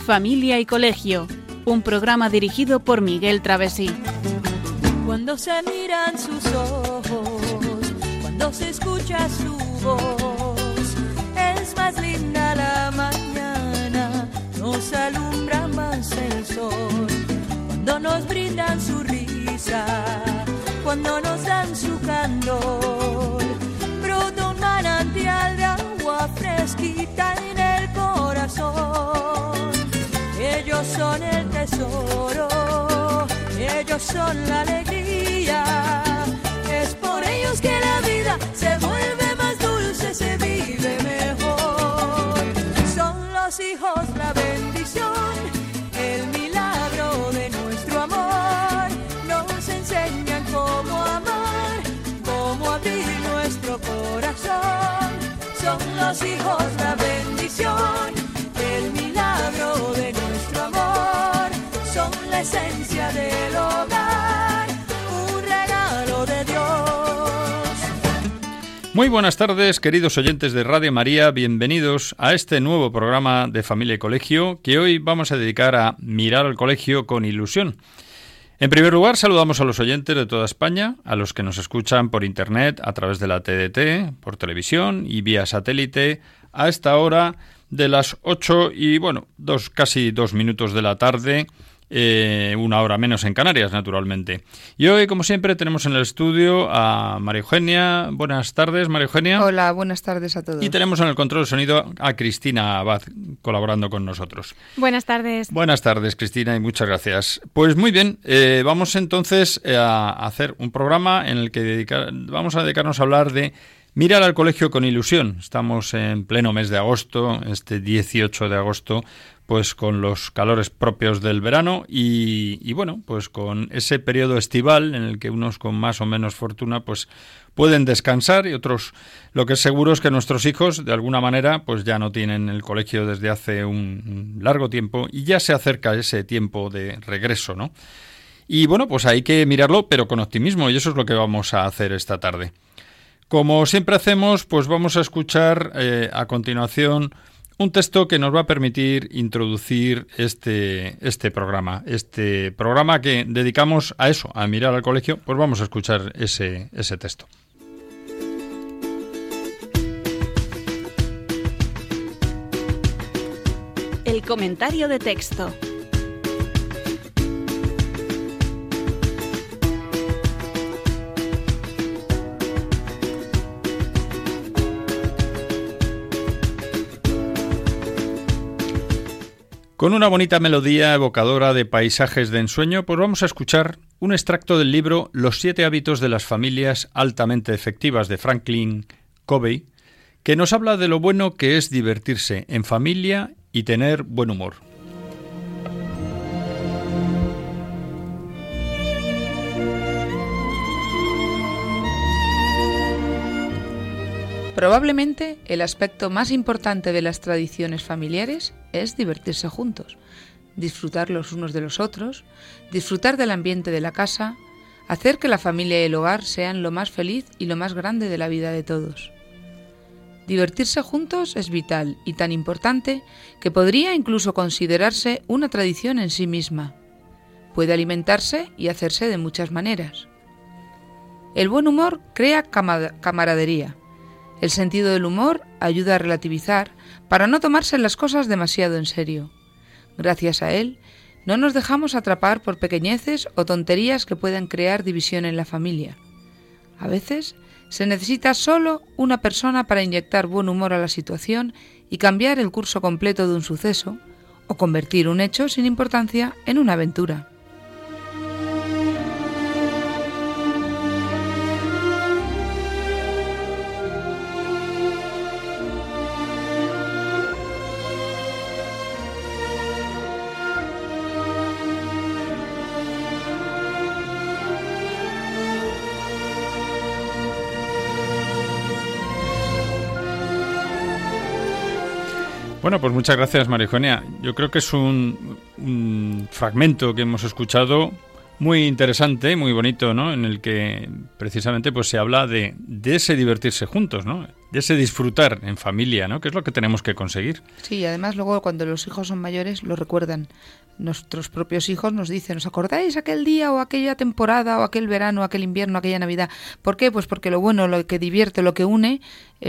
Familia y Colegio, un programa dirigido por Miguel Travesí. Cuando se miran sus ojos, cuando se escucha su voz, es más linda la mañana, nos alumbra más el sol. Cuando nos brindan su risa, cuando nos dan su candor, brota un manantial de agua fresquita en el corazón. Ellos son el tesoro, ellos son la alegría. Es por ellos que la vida se vuelve más dulce, se vive mejor. Son los hijos la bendición, el milagro de nuestro amor. Nos enseñan cómo amar, cómo abrir nuestro corazón. Son los hijos la bendición, el milagro de nuestro amor. Son la esencia del hogar, un regalo de Dios. Muy buenas tardes, queridos oyentes de Radio María, bienvenidos a este nuevo programa de Familia y Colegio que hoy vamos a dedicar a mirar al colegio con ilusión. En primer lugar, saludamos a los oyentes de toda España, a los que nos escuchan por internet, a través de la TDT, por televisión y vía satélite, a esta hora de las 8 y, casi 2 minutos de la tarde, una hora menos en Canarias, naturalmente. Y hoy, como siempre, tenemos en el estudio a María Eugenia. Buenas tardes, María Eugenia. Hola, buenas tardes a todos. Y tenemos en el control de sonido a Cristina Abad, colaborando con nosotros. Buenas tardes. Buenas tardes, Cristina, y muchas gracias. Pues muy bien, vamos entonces a hacer un programa en el que vamos a dedicarnos a hablar de mirar al colegio con ilusión. Estamos en pleno mes de agosto, este 18 de agosto, pues con los calores propios del verano y pues con ese periodo estival en el que unos con más o menos fortuna pues pueden descansar y otros, lo que es seguro es que nuestros hijos de alguna manera pues ya no tienen el colegio desde hace un largo tiempo y ya se acerca ese tiempo de regreso, ¿no? Y bueno, pues hay que mirarlo pero con optimismo y eso es lo que vamos a hacer esta tarde. Como siempre hacemos, pues vamos a escuchar a continuación un texto que nos va a permitir introducir este programa que dedicamos a eso, a mirar al colegio. Pues vamos a escuchar ese texto. El comentario de texto. Con una bonita melodía evocadora de paisajes de ensueño, pues vamos a escuchar un extracto del libro Los 7 hábitos de las familias altamente efectivas de Franklin Covey, que nos habla de lo bueno que es divertirse en familia y tener buen humor. Probablemente el aspecto más importante de las tradiciones familiares es divertirse juntos, disfrutar los unos de los otros, disfrutar del ambiente de la casa, hacer que la familia y el hogar sean lo más feliz y lo más grande de la vida de todos. Divertirse juntos es vital y tan importante que podría incluso considerarse una tradición en sí misma. Puede alimentarse y hacerse de muchas maneras. El buen humor crea camaradería. El sentido del humor ayuda a relativizar para no tomarse las cosas demasiado en serio. Gracias a él, no nos dejamos atrapar por pequeñeces o tonterías que puedan crear división en la familia. A veces se necesita solo una persona para inyectar buen humor a la situación y cambiar el curso completo de un suceso, o convertir un hecho sin importancia en una aventura. Bueno, pues muchas gracias, María Eugenia. Yo creo que es un fragmento que hemos escuchado muy interesante, muy bonito, ¿no? En el que precisamente pues se habla de ese divertirse juntos, ¿no? de ese disfrutar en familia, ¿no? Que es lo que tenemos que conseguir. Sí, además luego cuando los hijos son mayores lo recuerdan. Nuestros propios hijos nos dicen, ¿os acordáis aquel día o aquella temporada o aquel verano, aquel invierno, aquella Navidad? ¿Por qué? Pues porque lo bueno, lo que divierte, lo que une,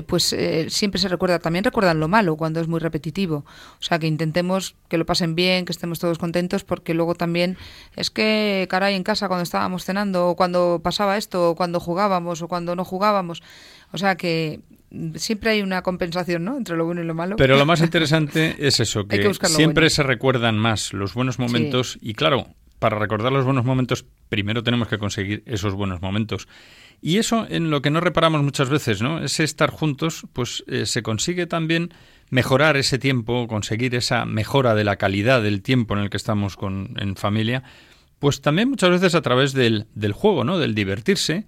siempre se recuerda. También recuerdan lo malo cuando es muy repetitivo. O sea, que intentemos que lo pasen bien, que estemos todos contentos, porque luego también es que, caray, en casa cuando estábamos cenando, o cuando pasaba esto, o cuando jugábamos, o cuando no jugábamos. O sea que siempre hay una compensación, ¿no?, entre lo bueno y lo malo. Pero lo más interesante es eso, que siempre bueno. Se recuerdan más los buenos momentos. Sí. Y claro, para recordar los buenos momentos, primero tenemos que conseguir esos buenos momentos. Y eso en lo que no reparamos muchas veces, ¿no? Ese estar juntos, pues se consigue también mejorar ese tiempo, conseguir esa mejora de la calidad del tiempo en el que estamos en familia, pues también muchas veces a través del juego, ¿no?, del divertirse.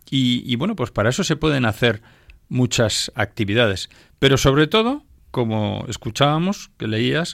Y bueno, pues para eso se pueden hacer muchas actividades, pero sobre todo, como escuchábamos, que leías,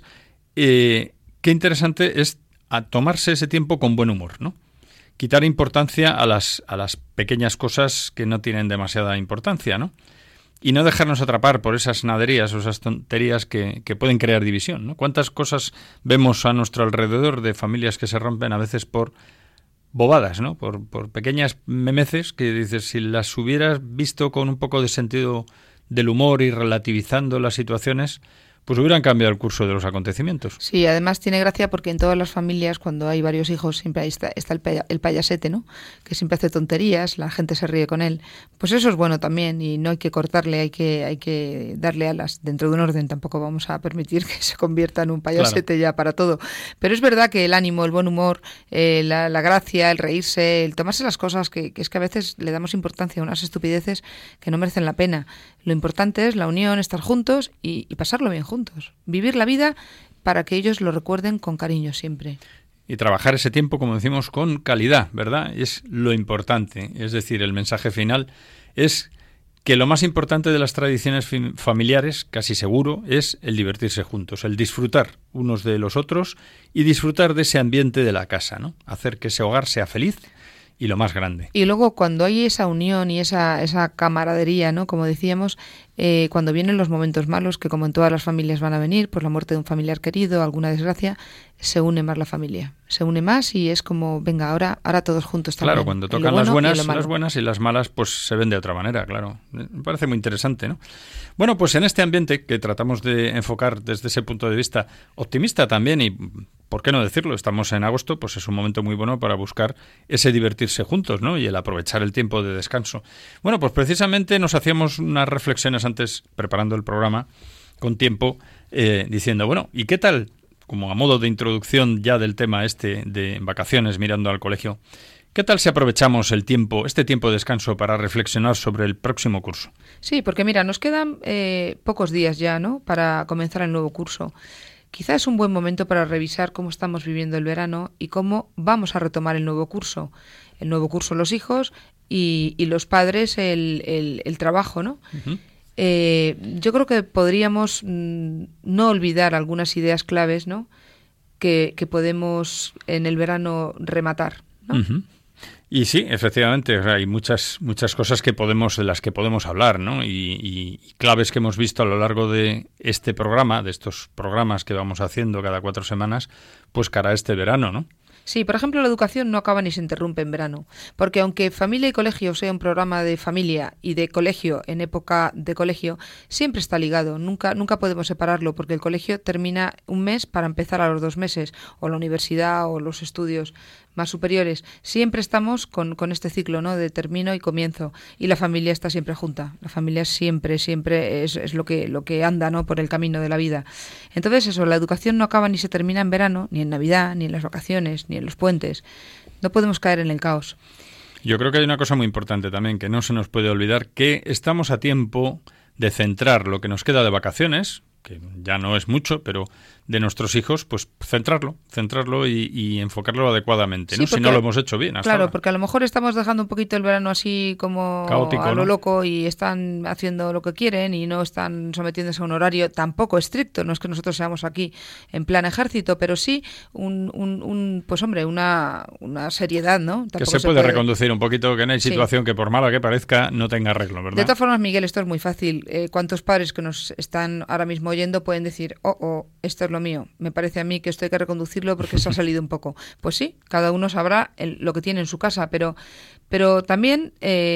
qué interesante es tomarse ese tiempo con buen humor, ¿no? Quitar importancia a las pequeñas cosas que no tienen demasiada importancia, ¿no? Y no dejarnos atrapar por esas naderías o esas tonterías que pueden crear división, ¿no? ¿Cuántas cosas vemos a nuestro alrededor de familias que se rompen a veces por bobadas, ¿no? Por pequeñas memeces que dices, si las hubieras visto con un poco de sentido del humor y relativizando las situaciones, pues hubieran cambiado el curso de los acontecimientos. Sí, además tiene gracia porque en todas las familias, cuando hay varios hijos, siempre ahí está el payasete, ¿no?, que siempre hace tonterías, la gente se ríe con él. Pues eso es bueno también y no hay que cortarle, hay que darle alas dentro de un orden. Tampoco vamos a permitir que se convierta en un payasete, claro, ya para todo. Pero es verdad que el ánimo, el buen humor, la gracia, el reírse, el tomarse las cosas, que es que a veces le damos importancia a unas estupideces que no merecen la pena. Lo importante es la unión, estar juntos y pasarlo bien juntos. Vivir la vida para que ellos lo recuerden con cariño siempre. Y trabajar ese tiempo, como decimos, con calidad, ¿verdad? Es lo importante. Es decir, el mensaje final es que lo más importante de las tradiciones familiares, casi seguro, es el divertirse juntos, el disfrutar unos de los otros y disfrutar de ese ambiente de la casa, ¿no? Hacer que ese hogar sea feliz y lo más grande. Y luego cuando hay esa unión y esa camaradería, ¿no?, como decíamos, cuando vienen los momentos malos, que como en todas las familias van a venir, por la muerte de un familiar querido, alguna desgracia, se une más la familia. Se une más y es como, venga, ahora todos juntos también. Claro, cuando tocan las buenas y las malas, pues se ven de otra manera, claro. Me parece muy interesante, ¿no? Bueno, pues en este ambiente que tratamos de enfocar desde ese punto de vista optimista también, y ¿por qué no decirlo? Estamos en agosto, pues es un momento muy bueno para buscar ese divertirse juntos, ¿no?, y el aprovechar el tiempo de descanso. Bueno, pues precisamente nos hacíamos unas reflexiones antes, preparando el programa, con tiempo, diciendo, bueno, ¿y qué tal? Como a modo de introducción ya del tema de vacaciones mirando al colegio, ¿qué tal si aprovechamos este tiempo de descanso para reflexionar sobre el próximo curso? Sí, porque mira, nos quedan pocos días ya, ¿no?, para comenzar el nuevo curso. Quizás es un buen momento para revisar cómo estamos viviendo el verano y cómo vamos a retomar el nuevo curso. El nuevo curso los hijos y los padres el trabajo, ¿no? Uh-huh. Yo creo que podríamos no olvidar algunas ideas claves, ¿no?, que podemos en el verano rematar, ¿no? Uh-huh. Y sí, efectivamente, o sea, hay muchas cosas de las que podemos hablar, ¿no? Y claves que hemos visto a lo largo de este programa, de estos programas que vamos haciendo cada 4 semanas, pues cara a este verano, ¿no? Sí, por ejemplo, la educación no acaba ni se interrumpe en verano, porque aunque Familia y Colegio sea un programa de familia y de colegio en época de colegio, siempre está ligado, nunca podemos separarlo, porque el colegio termina un mes para empezar a los 2 meses, o la universidad o los estudios más superiores. Siempre estamos con este ciclo, ¿no?, de termino y comienzo, y la familia está siempre junta. La familia siempre es lo que anda, ¿no?, por el camino de la vida. Entonces eso, la educación no acaba ni se termina en verano, ni en Navidad, ni en las vacaciones, ni en los puentes. No podemos caer en el caos. Yo creo que hay una cosa muy importante también que no se nos puede olvidar, que estamos a tiempo de centrar lo que nos queda de vacaciones, que ya no es mucho, pero de nuestros hijos, pues centrarlo y enfocarlo adecuadamente, ¿no? Sí, Si no lo hemos hecho bien hasta claro, ahora. porque a lo mejor estamos dejando un poquito el verano así como Caótico, a lo ¿no? loco y están haciendo lo que quieren y no están sometiéndose a un horario tampoco estricto. No es que nosotros seamos aquí en plan ejército, pero sí pues hombre, una seriedad, ¿no? Que Tampoco se puede reconducir un poquito, que no hay situación que por mala que parezca no tenga arreglo, ¿verdad? De todas formas, Miguel, esto es muy fácil. ¿Cuántos padres que nos están ahora mismo oyendo pueden decir, esto es lo mío, me parece a mí que esto hay que reconducirlo porque se ha salido un poco? Pues sí, cada uno sabrá lo que tiene en su casa, pero también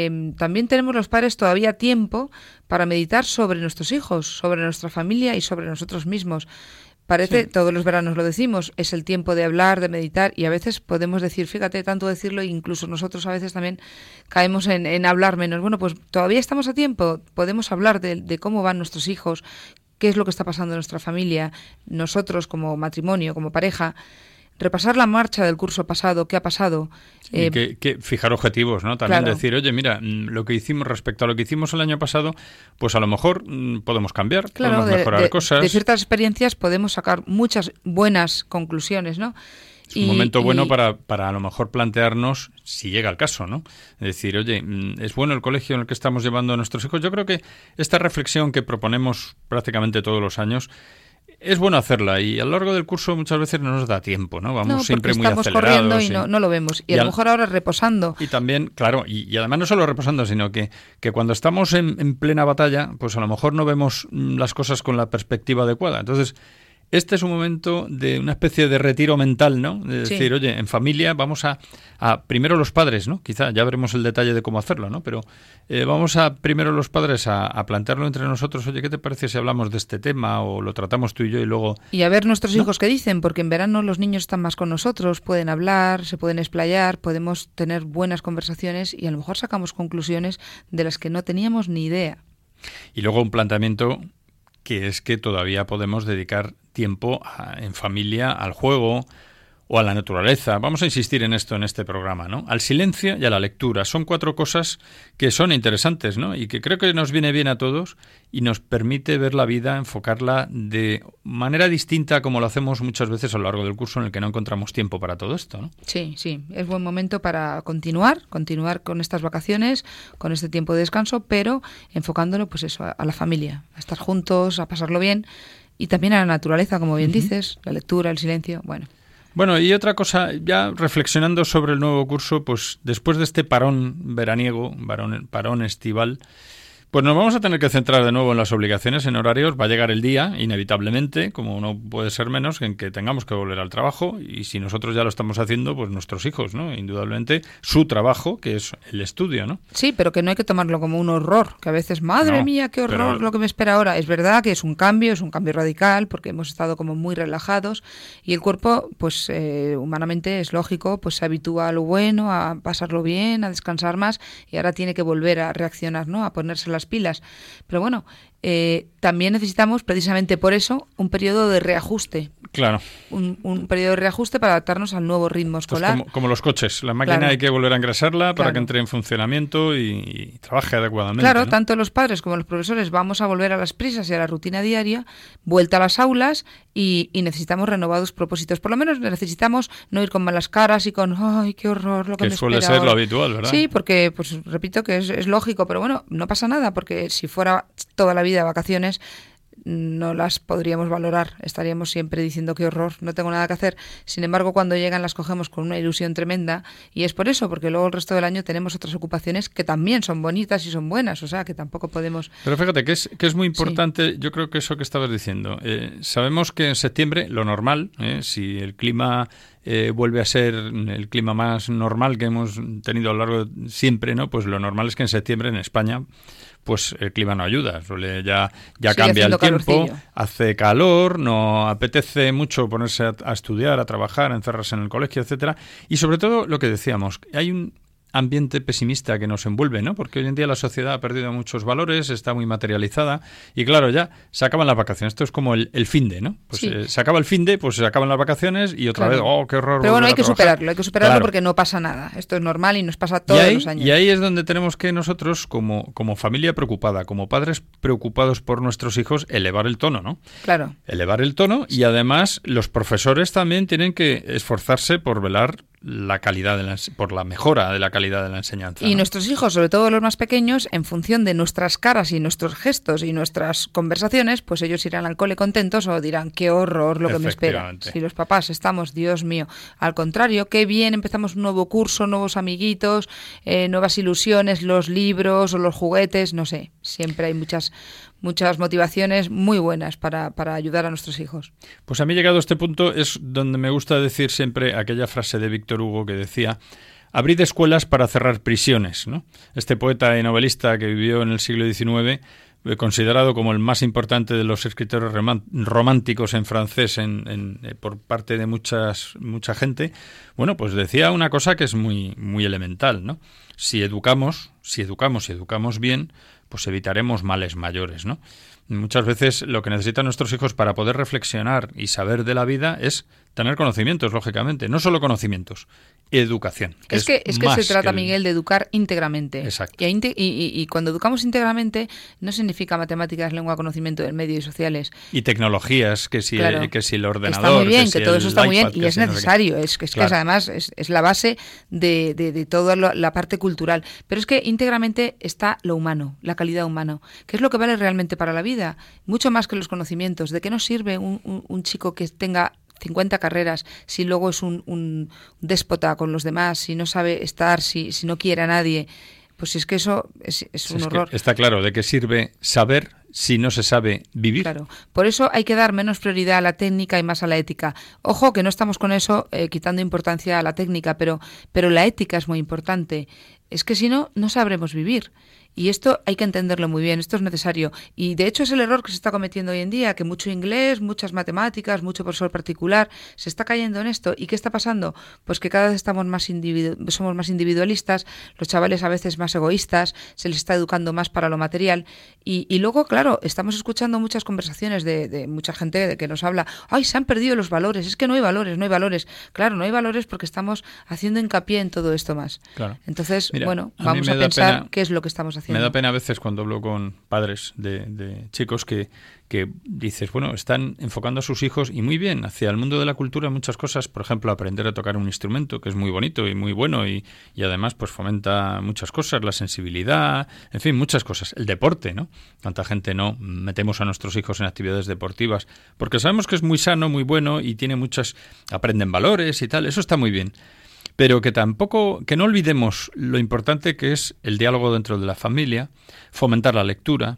tenemos los padres todavía tiempo para meditar sobre nuestros hijos, sobre nuestra familia y sobre nosotros mismos. Parece, sí, todos los veranos lo decimos, es el tiempo de hablar, de meditar, y a veces podemos decir, fíjate, tanto decirlo, incluso nosotros a veces también caemos en hablar menos. Bueno, pues todavía estamos a tiempo, podemos hablar de cómo van nuestros hijos, qué es lo que está pasando en nuestra familia, nosotros como matrimonio, como pareja, repasar la marcha del curso pasado, qué ha pasado. Y que fijar objetivos, ¿no? También claro, decir, oye, mira, lo que hicimos respecto a lo que hicimos el año pasado, pues a lo mejor podemos cambiar, claro, podemos mejorar cosas. De ciertas experiencias podemos sacar muchas buenas conclusiones, ¿no? Es un momento bueno para a lo mejor plantearnos, si llega el caso, ¿no? Es decir, oye, ¿es bueno el colegio en el que estamos llevando a nuestros hijos? Yo creo que esta reflexión que proponemos prácticamente todos los años es bueno hacerla, y a lo largo del curso muchas veces no nos da tiempo, ¿no? Vamos siempre muy acelerados. Estamos corriendo y no lo vemos. Y a lo mejor ahora reposando. Y también, claro, y además no solo reposando, sino que cuando estamos en plena batalla, pues a lo mejor no vemos las cosas con la perspectiva adecuada. Entonces, este es un momento de una especie de retiro mental, ¿no? De decir, sí, oye, en familia vamos a primero los padres, ¿no? Quizá ya veremos el detalle de cómo hacerlo, ¿no? Pero vamos primero los padres a plantearlo entre nosotros. Oye, ¿qué te parece si hablamos de este tema o lo tratamos tú y yo y luego...? Y a ver nuestros hijos qué dicen, porque en verano los niños están más con nosotros, pueden hablar, se pueden explayar, podemos tener buenas conversaciones y a lo mejor sacamos conclusiones de las que no teníamos ni idea. Y luego un planteamiento que es que todavía podemos dedicar tiempo en familia al juego o a la naturaleza. Vamos a insistir en esto en este programa, ¿no? Al silencio y a la lectura. Son 4 cosas que son interesantes, ¿no? Y que creo que nos viene bien a todos y nos permite ver la vida, enfocarla de manera distinta como lo hacemos muchas veces a lo largo del curso en el que no encontramos tiempo para todo esto, ¿no? Sí, es buen momento para continuar con estas vacaciones, con este tiempo de descanso, pero enfocándolo pues eso, a la familia, a estar juntos, a pasarlo bien y también a la naturaleza, como bien dices, la lectura, el silencio, Bueno, y otra cosa, ya reflexionando sobre el nuevo curso, pues después de este parón veraniego, parón estival, pues nos vamos a tener que centrar de nuevo en las obligaciones, en horarios. Va a llegar el día, inevitablemente, como no puede ser menos, en que tengamos que volver al trabajo, y si nosotros ya lo estamos haciendo, pues nuestros hijos, ¿no? Indudablemente, su trabajo, que es el estudio, ¿no? Sí, pero que no hay que tomarlo como un horror, que a veces, madre mía, qué horror lo que me espera ahora. Es verdad que es un cambio radical, porque hemos estado como muy relajados, y el cuerpo, pues humanamente es lógico, pues se habitúa a lo bueno, a pasarlo bien, a descansar más, y ahora tiene que volver a reaccionar, ¿no? A ponerse las pilas. Pero bueno, también necesitamos, precisamente por eso, un periodo de reajuste. Claro. Un periodo de reajuste para adaptarnos al nuevo ritmo escolar. Entonces, como los coches, la máquina hay que volver a engrasarla para que entre en funcionamiento y trabaje adecuadamente. Claro, ¿no? Tanto los padres como los profesores vamos a volver a las prisas y a la rutina diaria, vuelta a las aulas y necesitamos renovados propósitos. Por lo menos necesitamos no ir con malas caras y con ¡ay, qué horror lo que me espera! Que suele ser lo habitual, ¿verdad? Sí, porque, pues repito que es lógico, pero bueno, no pasa nada, porque si fuera toda la vida de vacaciones no las podríamos valorar, estaríamos siempre diciendo qué horror, no tengo nada que hacer. Sin embargo, cuando llegan las cogemos con una ilusión tremenda, y es por eso, porque luego el resto del año tenemos otras ocupaciones que también son bonitas y son buenas, o sea que tampoco podemos... Pero fíjate que es muy importante, yo creo que eso que estabas diciendo, sabemos que en septiembre lo normal, si el clima vuelve a ser el clima más normal que hemos tenido a lo largo de siempre, ¿no? Pues lo normal es que en septiembre en España pues el clima no ayuda, ya cambia el tiempo, hace calor, no apetece mucho ponerse a estudiar, a trabajar, a encerrarse en el colegio, etcétera, y sobre todo lo que decíamos, hay ambiente pesimista que nos envuelve, ¿no? Porque hoy en día la sociedad ha perdido muchos valores, está muy materializada y claro, ya se acaban las vacaciones. Esto es como el finde, ¿no? Pues Sí. se acaba el finde, pues se acaban las vacaciones y otra Claro. vez, ¡oh, qué horror! Pero bueno, volver hay que a trabajar. superarlo Claro. porque no pasa nada. Esto es normal y nos pasa todos los años. Y ahí es donde tenemos que nosotros, como familia preocupada, como padres preocupados por nuestros hijos, elevar el tono, ¿no? Claro. Elevar el tono y además los profesores también tienen que esforzarse por velar la calidad por la mejora de la calidad de la enseñanza. Y ¿no? nuestros hijos, sobre todo los más pequeños, en función de nuestras caras y nuestros gestos y nuestras conversaciones, pues ellos irán al cole contentos o dirán, qué horror lo que me espera. Efectivamente. Si los papás estamos, Dios mío, al contrario, qué bien, empezamos un nuevo curso, nuevos amiguitos, nuevas ilusiones, los libros o los juguetes, no sé, siempre hay muchas motivaciones muy buenas para ayudar a nuestros hijos. Pues a mí, llegado a este punto, es donde me gusta decir siempre aquella frase de Víctor Hugo que decía: abrid escuelas para cerrar prisiones, ¿no? Este poeta y novelista que vivió en el siglo XIX, considerado como el más importante de los escritores románticos en francés por parte de mucha gente, bueno, pues decía una cosa que es muy, muy elemental, ¿no? Si educamos bien, pues evitaremos males mayores, ¿no? Muchas veces lo que necesitan nuestros hijos para poder reflexionar y saber de la vida es tener conocimientos, lógicamente. No solo conocimientos, educación. Es que se trata, Miguel, de educar íntegramente. Exacto. Y cuando educamos íntegramente no significa matemáticas, lengua, conocimiento del medio y sociales. Y tecnologías, que si el ordenador... Está muy bien, que todo eso está muy bien iPad, y es necesario. Que además es la base de toda la parte cultural. Pero es que íntegramente está lo humano, la calidad humana, que es lo que vale realmente para la vida. Mucho más que los conocimientos. ¿De qué nos sirve un chico que tenga 50 carreras si luego es un déspota con los demás, si no sabe estar, si no quiere a nadie? Pues es que eso es un horror. Está claro, ¿de qué sirve saber si no se sabe vivir? Claro, por eso hay que dar menos prioridad a la técnica y más a la ética. Ojo que no estamos con eso quitando importancia a la técnica, pero la ética es muy importante. Es que si no, no sabremos vivir. Y esto hay que entenderlo muy bien, esto es necesario. Y de hecho es el error que se está cometiendo hoy en día, que mucho inglés, muchas matemáticas, mucho profesor particular, se está cayendo en esto. ¿Y qué está pasando? Pues que cada vez somos más individualistas, los chavales a veces más egoístas, se les está educando más para lo material. Y luego, claro, estamos escuchando muchas conversaciones de mucha gente que nos habla, ¡ay, se han perdido los valores! Es que no hay valores. Claro, no hay valores porque estamos haciendo hincapié en todo esto más. Claro. Entonces, Mira, bueno, vamos a pensar qué es lo que estamos haciendo. Me da pena a veces cuando hablo con padres de chicos que dices, bueno, están enfocando a sus hijos y muy bien hacia el mundo de la cultura, muchas cosas, por ejemplo, aprender a tocar un instrumento, que es muy bonito y muy bueno y además pues fomenta muchas cosas, la sensibilidad, en fin, muchas cosas. El deporte, ¿no? Tanta gente no metemos a nuestros hijos en actividades deportivas porque sabemos que es muy sano, muy bueno y tiene aprenden valores y tal, eso está muy bien. Pero que no olvidemos lo importante que es el diálogo dentro de la familia, fomentar la lectura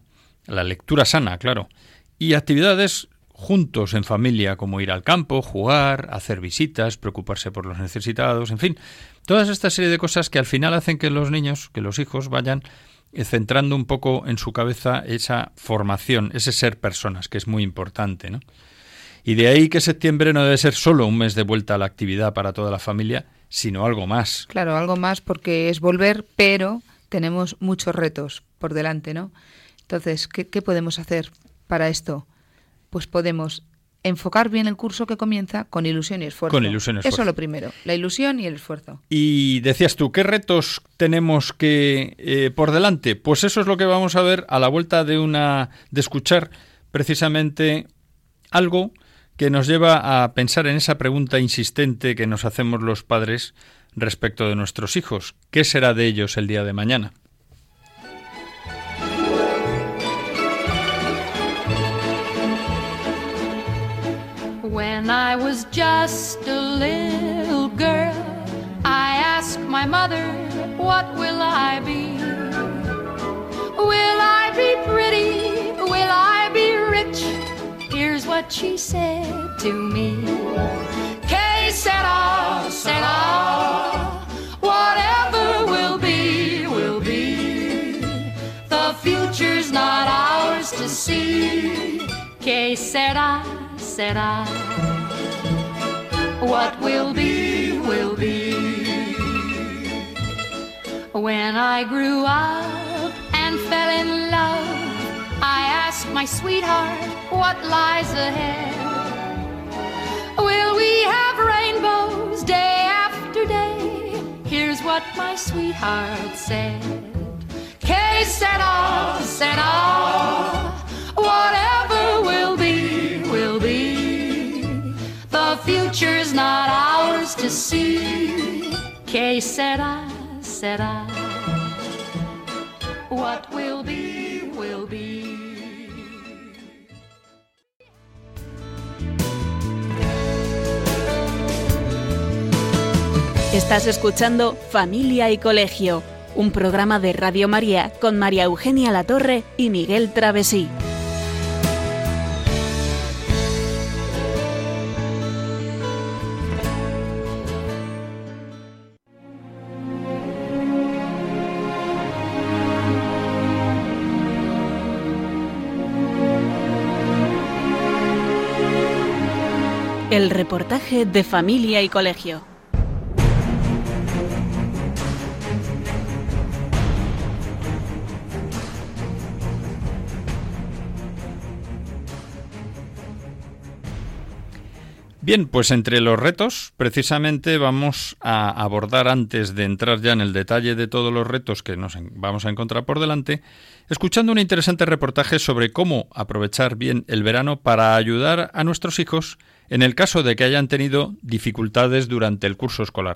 sana, claro, y actividades juntos en familia, como ir al campo, jugar, hacer visitas, preocuparse por los necesitados, en fin, todas esta serie de cosas que al final hacen que los niños, que los hijos vayan centrando un poco en su cabeza esa formación, ese ser personas, que es muy importante, ¿no? Y de ahí que septiembre no debe ser solo un mes de vuelta a la actividad para toda la familia, sino algo más. Claro, algo más porque es volver, pero tenemos muchos retos por delante, ¿no? Entonces, ¿qué podemos hacer para esto? Pues podemos enfocar bien el curso que comienza con ilusión y esfuerzo. Eso es lo primero, la ilusión y el esfuerzo. Y decías tú, ¿qué retos tenemos por delante? Pues eso es lo que vamos a ver a la vuelta de escuchar precisamente algo que nos lleva a pensar en esa pregunta insistente que nos hacemos los padres respecto de nuestros hijos. ¿Qué será de ellos el día de mañana? When I was just a little girl, I asked my mother, what will I be? Will I be pretty? Will I be rich? Here's what she said to me. Que sera, sera, whatever will be, will be. The future's not ours to see. Que sera, sera, what will be, will be. When I grew up and fell in love, I asked my sweetheart what lies ahead. Will we have rainbows day after day? Here's what my sweetheart said. Que sera, sera, whatever will be, will be. The future's not ours to see. Que sera, sera. What will be, will be. Estás escuchando Familia y Colegio, un programa de Radio María con María Eugenia Latorre y Miguel Travesí. El reportaje de Familia y Colegio. Bien, pues entre los retos, precisamente vamos a abordar, antes de entrar ya en el detalle de todos los retos que nos vamos a encontrar por delante, escuchando un interesante reportaje sobre cómo aprovechar bien el verano para ayudar a nuestros hijos en el caso de que hayan tenido dificultades durante el curso escolar.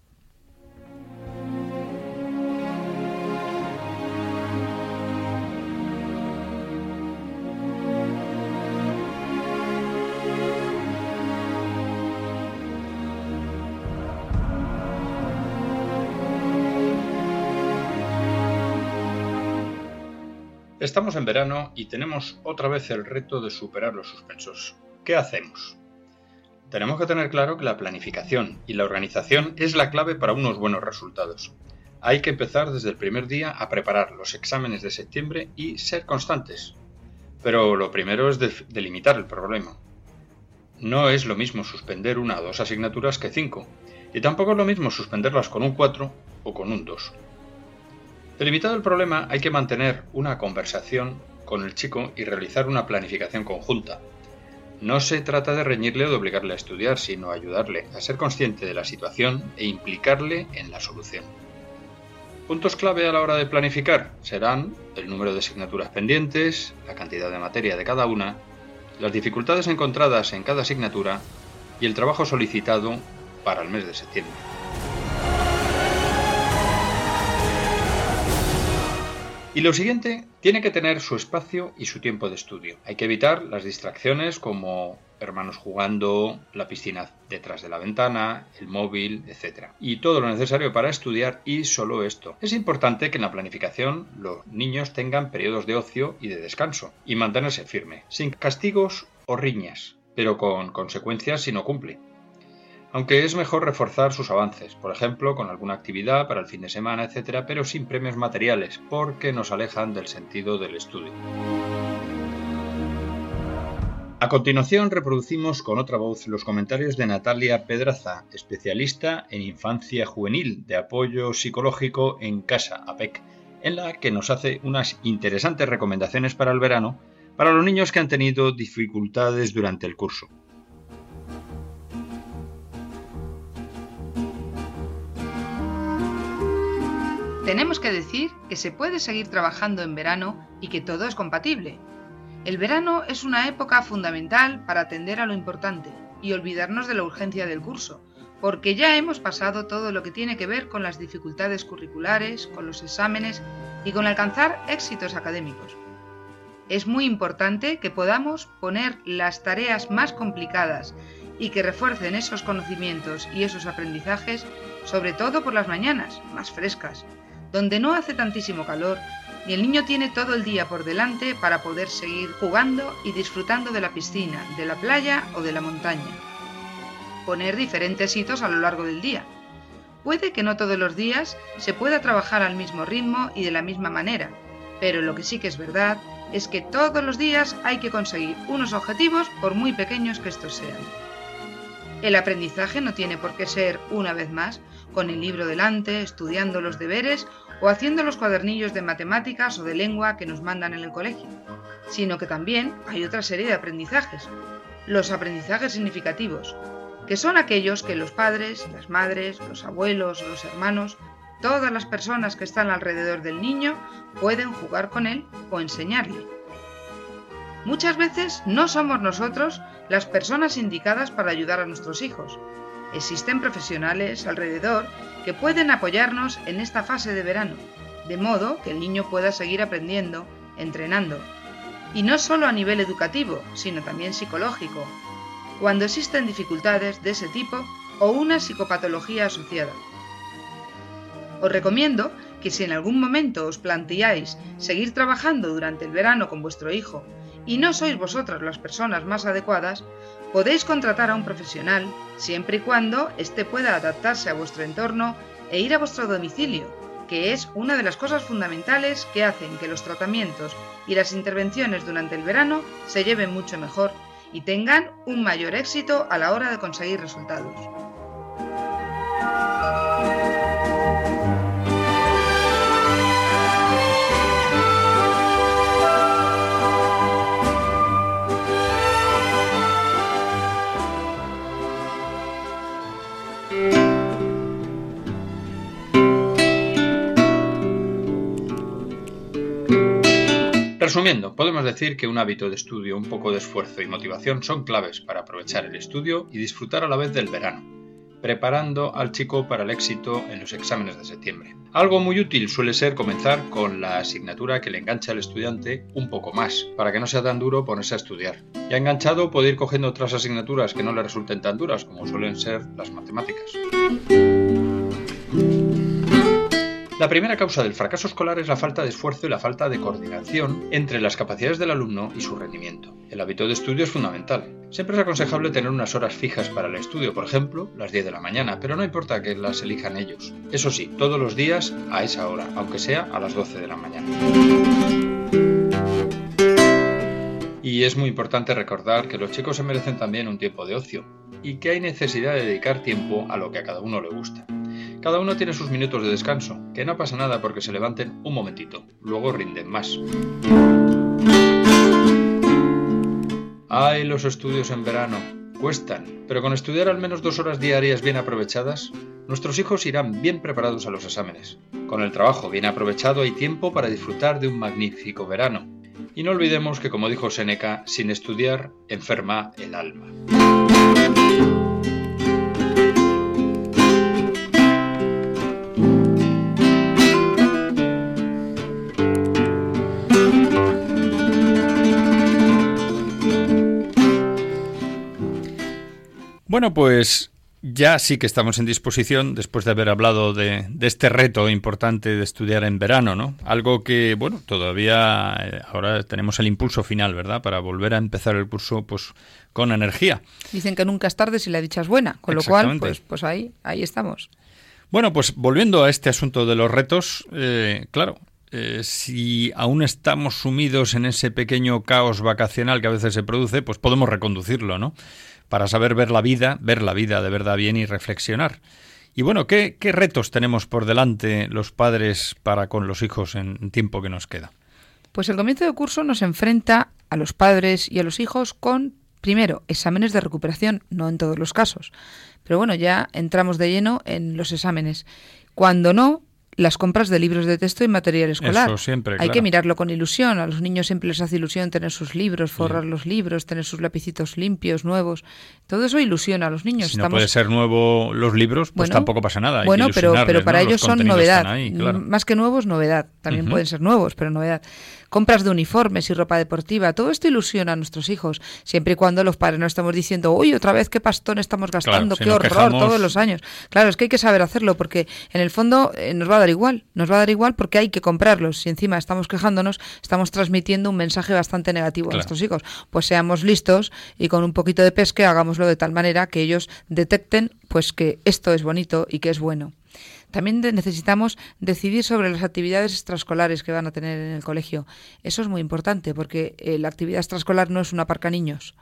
Estamos en verano y tenemos otra vez el reto de superar los suspensos. ¿Qué hacemos? Tenemos que tener claro que la planificación y la organización es la clave para unos buenos resultados. Hay que empezar desde el primer día a preparar los exámenes de septiembre y ser constantes. Pero lo primero es delimitar el problema. No es lo mismo suspender 1 o 2 asignaturas que 5, y tampoco es lo mismo suspenderlas con un 4 o con un 2. Delimitado el problema, hay que mantener una conversación con el chico y realizar una planificación conjunta. No se trata de reñirle o de obligarle a estudiar, sino ayudarle a ser consciente de la situación e implicarle en la solución. Puntos clave a la hora de planificar serán el número de asignaturas pendientes, la cantidad de materia de cada una, las dificultades encontradas en cada asignatura y el trabajo solicitado para el mes de septiembre. Y lo siguiente, tiene que tener su espacio y su tiempo de estudio. Hay que evitar las distracciones como hermanos jugando, la piscina detrás de la ventana, el móvil, etc. Y todo lo necesario para estudiar y solo esto. Es importante que en la planificación los niños tengan periodos de ocio y de descanso y mantenerse firme, sin castigos o riñas, pero con consecuencias si no cumple. Aunque es mejor reforzar sus avances, por ejemplo, con alguna actividad para el fin de semana, etc., pero sin premios materiales, porque nos alejan del sentido del estudio. A continuación, reproducimos con otra voz los comentarios de Natalia Pedraza, especialista en infancia juvenil de apoyo psicológico en casa, APEC, en la que nos hace unas interesantes recomendaciones para el verano para los niños que han tenido dificultades durante el curso. Tenemos que decir que se puede seguir trabajando en verano y que todo es compatible. El verano es una época fundamental para atender a lo importante y olvidarnos de la urgencia del curso, porque ya hemos pasado todo lo que tiene que ver con las dificultades curriculares, con los exámenes y con alcanzar éxitos académicos. Es muy importante que podamos poner las tareas más complicadas y que refuercen esos conocimientos y esos aprendizajes, sobre todo por las mañanas, más frescas, donde no hace tantísimo calor y el niño tiene todo el día por delante para poder seguir jugando y disfrutando de la piscina, de la playa o de la montaña. Poner diferentes hitos a lo largo del día. Puede que no todos los días se pueda trabajar al mismo ritmo y de la misma manera, pero lo que sí que es verdad es que todos los días hay que conseguir unos objetivos por muy pequeños que estos sean. El aprendizaje no tiene por qué ser, una vez más, con el libro delante, estudiando los deberes o haciendo los cuadernillos de matemáticas o de lengua que nos mandan en el colegio, sino que también hay otra serie de aprendizajes, los aprendizajes significativos, que son aquellos que los padres, las madres, los abuelos, los hermanos, todas las personas que están alrededor del niño pueden jugar con él o enseñarle. Muchas veces no somos nosotros las personas indicadas para ayudar a nuestros hijos. Existen profesionales alrededor que pueden apoyarnos en esta fase de verano, de modo que el niño pueda seguir aprendiendo, entrenando. Y no solo a nivel educativo, sino también psicológico, cuando existen dificultades de ese tipo o una psicopatología asociada. Os recomiendo que si en algún momento os planteáis seguir trabajando durante el verano con vuestro hijo y no sois vosotras las personas más adecuadas, podéis contratar a un profesional siempre y cuando éste pueda adaptarse a vuestro entorno e ir a vuestro domicilio, que es una de las cosas fundamentales que hacen que los tratamientos y las intervenciones durante el verano se lleven mucho mejor y tengan un mayor éxito a la hora de conseguir resultados. Resumiendo, podemos decir que un hábito de estudio, un poco de esfuerzo y motivación son claves para aprovechar el estudio y disfrutar a la vez del verano, preparando al chico para el éxito en los exámenes de septiembre. Algo muy útil suele ser comenzar con la asignatura que le engancha al estudiante un poco más, para que no sea tan duro ponerse a estudiar. Ya enganchado puede ir cogiendo otras asignaturas que no le resulten tan duras, como suelen ser las matemáticas. La primera causa del fracaso escolar es la falta de esfuerzo y la falta de coordinación entre las capacidades del alumno y su rendimiento. El hábito de estudio es fundamental. Siempre es aconsejable tener unas horas fijas para el estudio, por ejemplo, las 10 de la mañana, pero no importa que las elijan ellos. Eso sí, todos los días a esa hora, aunque sea a las 12 de la mañana. Y es muy importante recordar que los chicos se merecen también un tiempo de ocio y que hay necesidad de dedicar tiempo a lo que a cada uno le gusta. Cada uno tiene sus minutos de descanso, que no pasa nada porque se levanten un momentito, luego rinden más. ¡Ay, los estudios en verano! Cuestan, pero con estudiar al menos 2 horas diarias bien aprovechadas, nuestros hijos irán bien preparados a los exámenes. Con el trabajo bien aprovechado hay tiempo para disfrutar de un magnífico verano. Y no olvidemos que, como dijo Séneca, sin estudiar enferma el alma. Bueno, pues ya sí que estamos en disposición, después de haber hablado de este reto importante de estudiar en verano, ¿no? Algo que, bueno, todavía ahora tenemos el impulso final, ¿verdad? Para volver a empezar el curso, pues, con energía. Dicen que nunca es tarde si la dicha es buena, con lo cual, pues ahí estamos. Bueno, pues volviendo a este asunto de los retos, claro, si aún estamos sumidos en ese pequeño caos vacacional que a veces se produce, pues podemos reconducirlo, ¿no? Para saber ver la vida de verdad bien y reflexionar. Y bueno, ¿qué retos tenemos por delante los padres para con los hijos en tiempo que nos queda? Pues el comienzo de curso nos enfrenta a los padres y a los hijos con, primero, exámenes de recuperación, no en todos los casos. Pero bueno, ya entramos de lleno en los exámenes. Cuando no, las compras de libros de texto y material escolar. Eso siempre, Hay claro. que mirarlo con ilusión. A los niños siempre les hace ilusión tener sus libros, forrar los libros, tener sus lapicitos limpios, nuevos. Todo eso ilusiona a los niños. Si no puede ser nuevo los libros, pues tampoco pasa nada. Bueno, pero para ellos son novedad. Ahí, claro. Más que nuevos, novedad. También pueden ser nuevos, pero novedad. Compras de uniformes y ropa deportiva. Todo esto ilusiona a nuestros hijos, siempre y cuando los padres no estamos diciendo, uy, otra vez qué pastón estamos gastando, claro, qué horror, quejamos todos los años. Claro, es que hay que saber hacerlo, porque en el fondo nos va a dar igual. Nos va a dar igual porque hay que comprarlos. Si encima estamos quejándonos, estamos transmitiendo un mensaje bastante negativo a nuestros hijos. Pues seamos listos y con un poquito de pesque hagámoslo de tal manera que ellos detecten pues que esto es bonito y que es bueno. También necesitamos decidir sobre las actividades extraescolares que van a tener en el colegio. Eso es muy importante porque la actividad extraescolar no es una parca niños.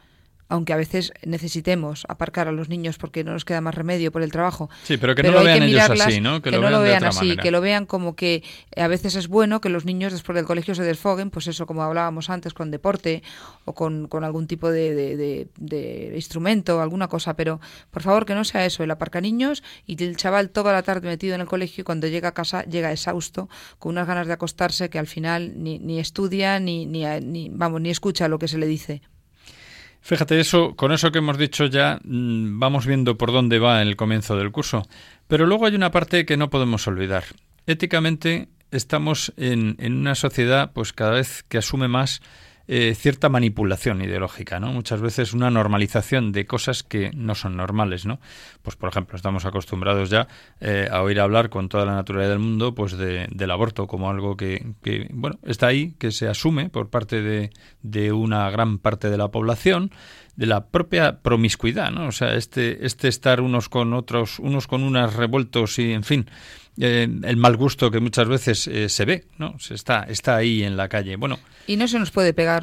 aunque a veces necesitemos aparcar a los niños porque no nos queda más remedio por el trabajo. Sí, pero que no lo vean ellos así, ¿no? Que no lo vean así, que lo vean como que a veces es bueno que los niños después del colegio se desfoguen, pues eso, como hablábamos antes, con deporte o con algún tipo de instrumento o alguna cosa, pero por favor que no sea eso, el aparcaniños y el chaval toda la tarde metido en el colegio y cuando llega a casa llega exhausto, con unas ganas de acostarse que al final ni estudia ni escucha lo que se le dice. Fíjate, con eso que hemos dicho ya vamos viendo por dónde va el comienzo del curso. Pero luego hay una parte que no podemos olvidar. Éticamente estamos en una sociedad pues cada vez que asume más cierta manipulación ideológica, ¿no? Muchas veces una normalización de cosas que no son normales, ¿no? Pues por ejemplo, estamos acostumbrados ya a oír hablar con toda la naturalidad del mundo pues del aborto como algo que bueno, está ahí, que se asume por parte de una gran parte de la población, de la propia promiscuidad, ¿no? O sea, este estar unos con otros, unos con unas revueltos y en fin, el mal gusto que muchas veces se ve, ¿no? Está ahí en la calle. Bueno, y no se nos puede pegar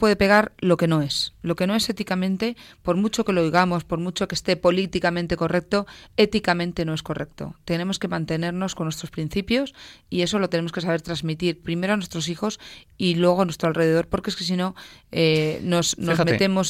lo que no es éticamente, por mucho que lo oigamos, por mucho que esté políticamente correcto, éticamente no es correcto. Tenemos que mantenernos con nuestros principios y eso lo tenemos que saber transmitir primero a nuestros hijos y luego a nuestro alrededor, porque es que si no nos metemos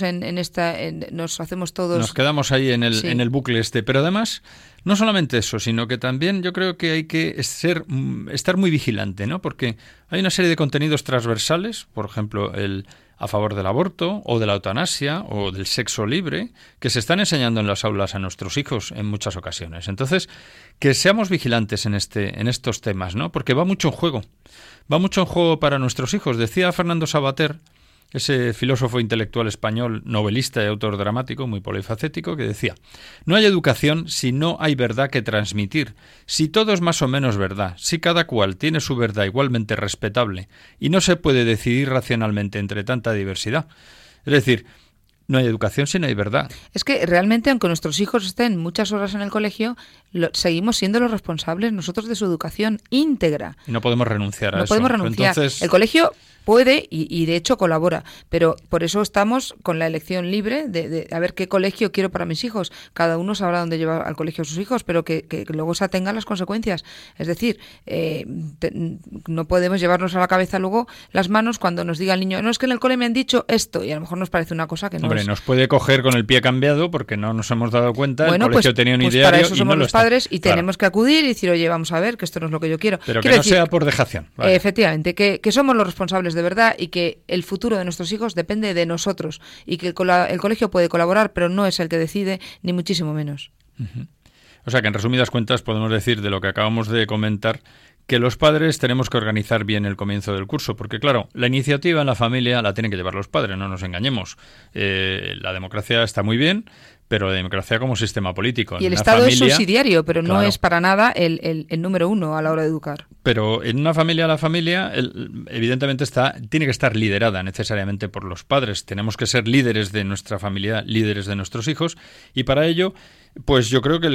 nos hacemos todos... Nos quedamos ahí en el bucle pero además... No solamente eso, sino que también yo creo que hay que estar muy vigilante, ¿no? Porque hay una serie de contenidos transversales, por ejemplo, el a favor del aborto o de la eutanasia o del sexo libre, que se están enseñando en las aulas a nuestros hijos en muchas ocasiones. Entonces, que seamos vigilantes en estos temas, ¿no? Porque va mucho en juego. Va mucho en juego para nuestros hijos. Decía Fernando Savater, ese filósofo intelectual español, novelista y autor dramático, muy polifacético, que decía: no hay educación si no hay verdad que transmitir, si todo es más o menos verdad, si cada cual tiene su verdad igualmente respetable y no se puede decidir racionalmente entre tanta diversidad. Es decir, no hay educación si no hay verdad. Es que realmente, aunque nuestros hijos estén muchas horas en el colegio, seguimos siendo los responsables nosotros de su educación íntegra. Y no podemos renunciar a eso. No podemos renunciar. Entonces... El colegio puede y de hecho colabora, pero por eso estamos con la elección libre de a ver qué colegio quiero para mis hijos. Cada uno sabrá dónde lleva al colegio a sus hijos, pero que luego se atengan las consecuencias. Es decir, no podemos llevarnos a la cabeza luego las manos cuando nos diga el niño: no, es que en el cole me han dicho esto, y a lo mejor nos parece una cosa que no. Hombre, nos puede coger con el pie cambiado porque no nos hemos dado cuenta. Bueno, el colegio tenía un ideario para eso somos y no los padres y claro. tenemos que acudir y decir: oye, vamos a ver, que esto no es lo que yo quiero. Pero quiero que no sea por dejación. Vale. Efectivamente, que somos los responsables de verdad y que el futuro de nuestros hijos depende de nosotros y que el colegio puede colaborar, pero no es el que decide, ni muchísimo menos. Uh-huh. O sea que en resumidas cuentas podemos decir de lo que acabamos de comentar que los padres tenemos que organizar bien el comienzo del curso, porque claro, la iniciativa en la familia la tienen que llevar los padres, no nos engañemos. La democracia está muy bien, pero la democracia como sistema político. Y el Estado familia, es subsidiario, pero claro, no es para nada el número uno a la hora de educar. Pero en una familia, la familia evidentemente tiene que estar liderada necesariamente por los padres. Tenemos que ser líderes de nuestra familia, líderes de nuestros hijos, y para ello, pues yo creo que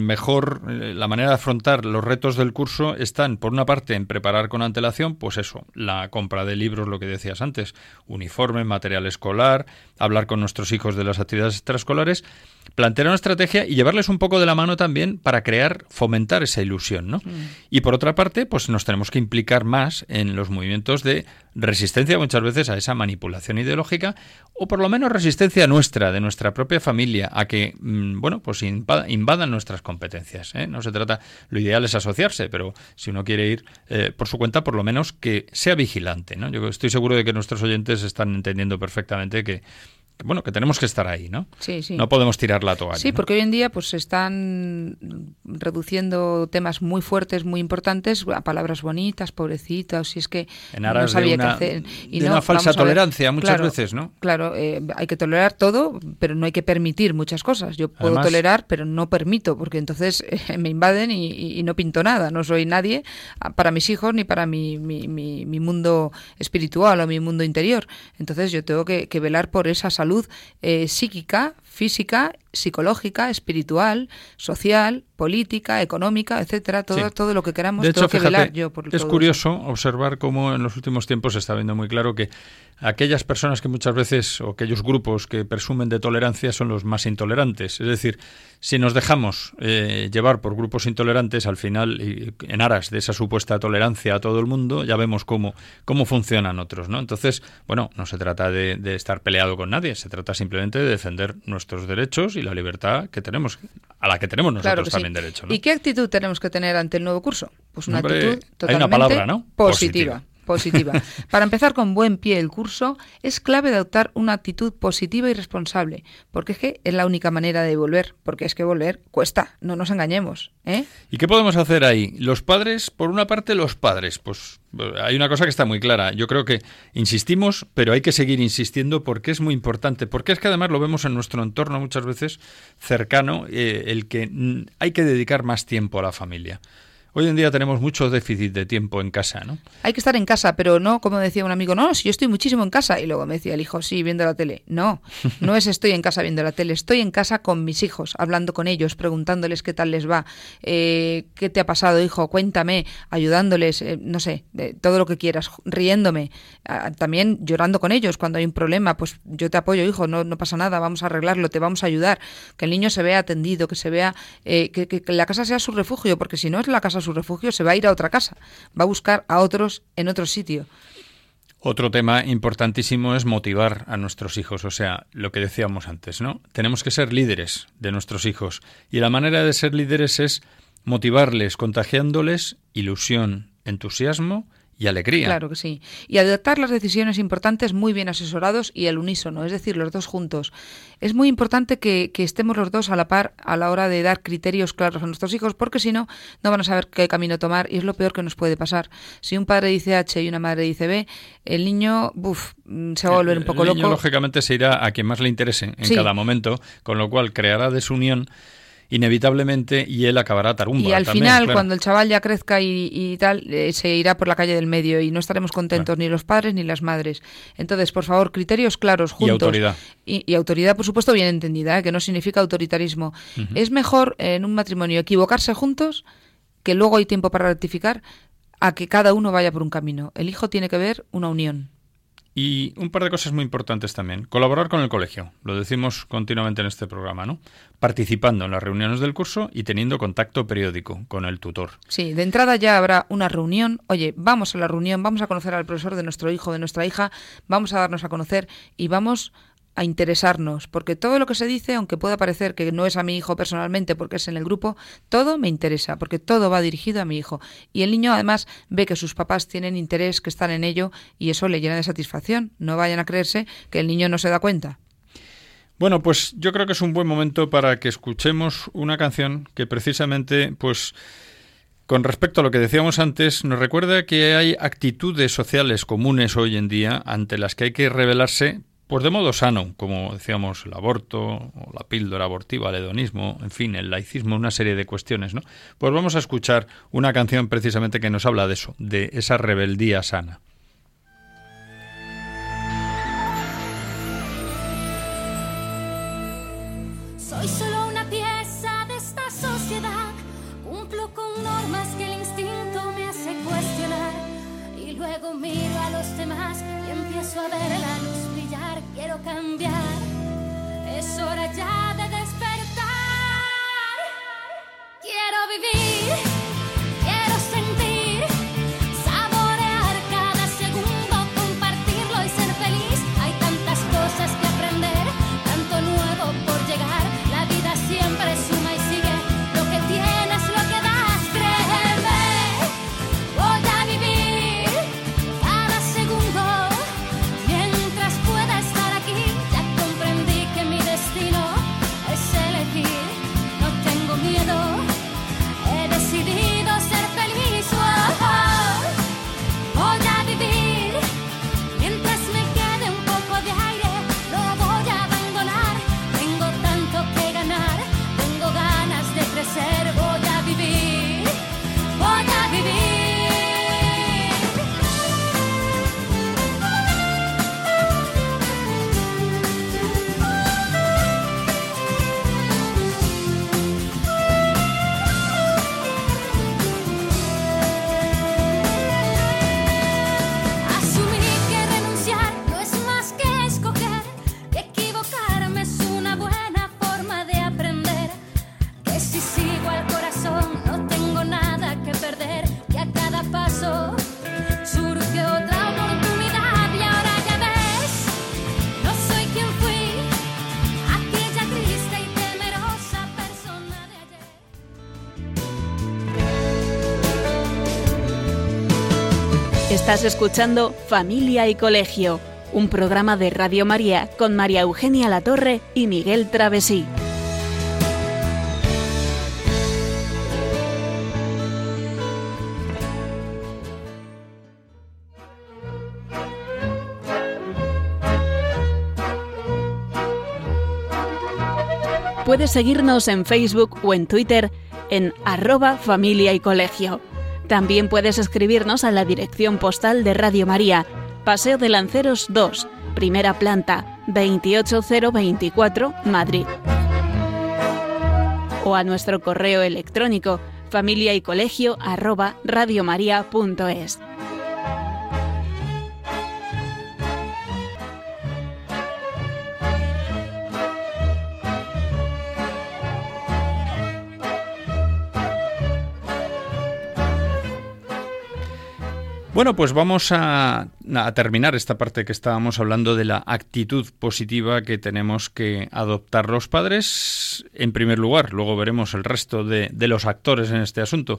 la manera de afrontar los retos del curso están, por una parte, en preparar con antelación, pues eso, la compra de libros, lo que decías antes, uniforme, material escolar, hablar con nuestros hijos de las actividades extraescolares, plantear una estrategia y llevarles un poco de la mano también para fomentar esa ilusión, ¿no? Y por otra parte, pues nos tenemos que implicar más en los movimientos de resistencia muchas veces a esa manipulación ideológica, o por lo menos resistencia nuestra, de nuestra propia familia, a que, bueno, pues invadan nuestras competencias, ¿eh? No se trata, lo ideal es asociarse, pero si uno quiere ir por su cuenta, por lo menos que sea vigilante, ¿no? Yo estoy seguro de que nuestros oyentes están entendiendo perfectamente que tenemos que estar ahí, ¿no? Sí, sí. No podemos tirar la toalla. Sí, ¿no? Porque hoy en día pues se están reduciendo temas muy fuertes, muy importantes, a palabras bonitas, pobrecitos, si es que en aras no sabía de qué hacer. Y de una falsa tolerancia muchas veces, ¿no? Claro, hay que tolerar todo, pero no hay que permitir muchas cosas. Yo puedo tolerar, pero no permito, porque entonces me invaden y no pinto nada. No soy nadie para mis hijos ni para mi mundo espiritual o mi mundo interior. Entonces yo tengo que velar por esa salud psíquica, física, psicológica, espiritual, social, política, económica, etcétera, todo lo que queramos. De hecho, tengo que fíjate, velar yo por todo. Es curioso observar cómo en los últimos tiempos se está viendo muy claro que aquellas personas que muchas veces, o aquellos grupos que presumen de tolerancia son los más intolerantes. Es decir, si nos dejamos llevar por grupos intolerantes, al final, en aras de esa supuesta tolerancia a todo el mundo, ya vemos cómo funcionan otros, ¿no? Entonces, bueno, no se trata de estar peleado con nadie, se trata simplemente de defender nuestros derechos y la libertad que tenemos, a la que tenemos nosotros también derecho, ¿no? ¿Y qué actitud tenemos que tener ante el nuevo curso? Pues una actitud totalmente hay una palabra, ¿no? Positiva. Para empezar con buen pie el curso, es clave adoptar una actitud positiva y responsable, porque es que es la única manera de volver, porque es que volver cuesta, no nos engañemos, ¿eh? ¿Y qué podemos hacer ahí? Los padres, por una parte, pues hay una cosa que está muy clara. Yo creo que insistimos, pero hay que seguir insistiendo porque es muy importante, porque es que además lo vemos en nuestro entorno muchas veces cercano, el que hay que dedicar más tiempo a la familia. Hoy en día tenemos mucho déficit de tiempo en casa, ¿no? Hay que estar en casa, pero no, como decía un amigo, no, si yo estoy muchísimo en casa. Y luego me decía el hijo, sí, viendo la tele. No es estoy en casa viendo la tele, estoy en casa con mis hijos, hablando con ellos, preguntándoles qué tal les va, qué te ha pasado, hijo, cuéntame, ayudándoles, no sé, todo lo que quieras, riéndome, también llorando con ellos cuando hay un problema, pues yo te apoyo, hijo, no pasa nada, vamos a arreglarlo, te vamos a ayudar, que el niño se vea atendido, que se vea, que la casa sea su refugio, porque si no es la casa su refugio, se va a ir a otra casa, va a buscar a otros en otro sitio. Otro tema importantísimo es motivar a nuestros hijos, o sea, lo que decíamos antes, ¿no? Tenemos que ser líderes de nuestros hijos y la manera de ser líderes es motivarles, contagiándoles ilusión, entusiasmo y alegría. Claro que sí. Y adoptar las decisiones importantes muy bien asesorados y al unísono, es decir, los dos juntos. Es muy importante que estemos los dos a la par a la hora de dar criterios claros a nuestros hijos, porque si no, no van a saber qué camino tomar y es lo peor que nos puede pasar. Si un padre dice H y una madre dice B, el niño se va a volver un poco loco. El niño, lógicamente, se irá a quien más le interese en cada momento, con lo cual creará desunión inevitablemente y él acabará tarumba. Y al también, final, claro, cuando el chaval ya crezca y tal, se irá por la calle del medio y no estaremos contentos, ni los padres ni las madres. Entonces, por favor, criterios claros, juntos. Y autoridad. Y autoridad, por supuesto, bien entendida, que no significa autoritarismo. Es mejor en un matrimonio equivocarse juntos, que luego hay tiempo para rectificar, a que cada uno vaya por un camino. El hijo tiene que ver una unión. Y un par de cosas muy importantes también. Colaborar con el colegio. Lo decimos continuamente en este programa, ¿no? Participando en las reuniones del curso y teniendo contacto periódico con el tutor. Sí, de entrada ya habrá una reunión. Oye, vamos a la reunión, vamos a conocer al profesor de nuestro hijo, de nuestra hija, vamos a darnos a conocer y vamos a interesarnos, porque todo lo que se dice, aunque pueda parecer que no es a mi hijo personalmente porque es en el grupo, todo me interesa, porque todo va dirigido a mi hijo. Y el niño además ve que sus papás tienen interés, que están en ello, y eso le llena de satisfacción. No vayan a creerse que el niño no se da cuenta. Bueno, pues yo creo que es un buen momento para que escuchemos una canción que precisamente, pues, con respecto a lo que decíamos antes, nos recuerda que hay actitudes sociales comunes hoy en día ante las que hay que rebelarse, pues de modo sano, como decíamos, el aborto, o la píldora abortiva, el hedonismo, en fin, el laicismo, una serie de cuestiones, ¿no? Pues vamos a escuchar una canción precisamente que nos habla de eso, de esa rebeldía sana. Soy solo una pieza de esta sociedad, cumplo con normas que el instinto me hace cuestionar, y luego miro a los demás y empiezo a ver la luz brillar. Quiero cambiar, es hora ya de despertar. Quiero vivir, quiero sentir, saborear cada segundo, compartirlo y ser feliz. Hay tantas cosas que aprender, tanto nuevo por llegar. La vida siempre suma y sigue, lo que tienes, lo que das, créeme. Voy a vivir cada segundo, mi Estás escuchando Familia y Colegio, un programa de Radio María con María Eugenia Latorre y Miguel Travesí. Puedes seguirnos en Facebook o en Twitter en @Familia y Colegio. También puedes escribirnos a la dirección postal de Radio María, Paseo de Lanceros 2, primera planta, 28024, Madrid. O a nuestro correo electrónico familiaycolegio@radiomaria.es. Bueno, pues vamos a terminar esta parte que estábamos hablando de la actitud positiva que tenemos que adoptar los padres en primer lugar. Luego veremos el resto de los actores en este asunto.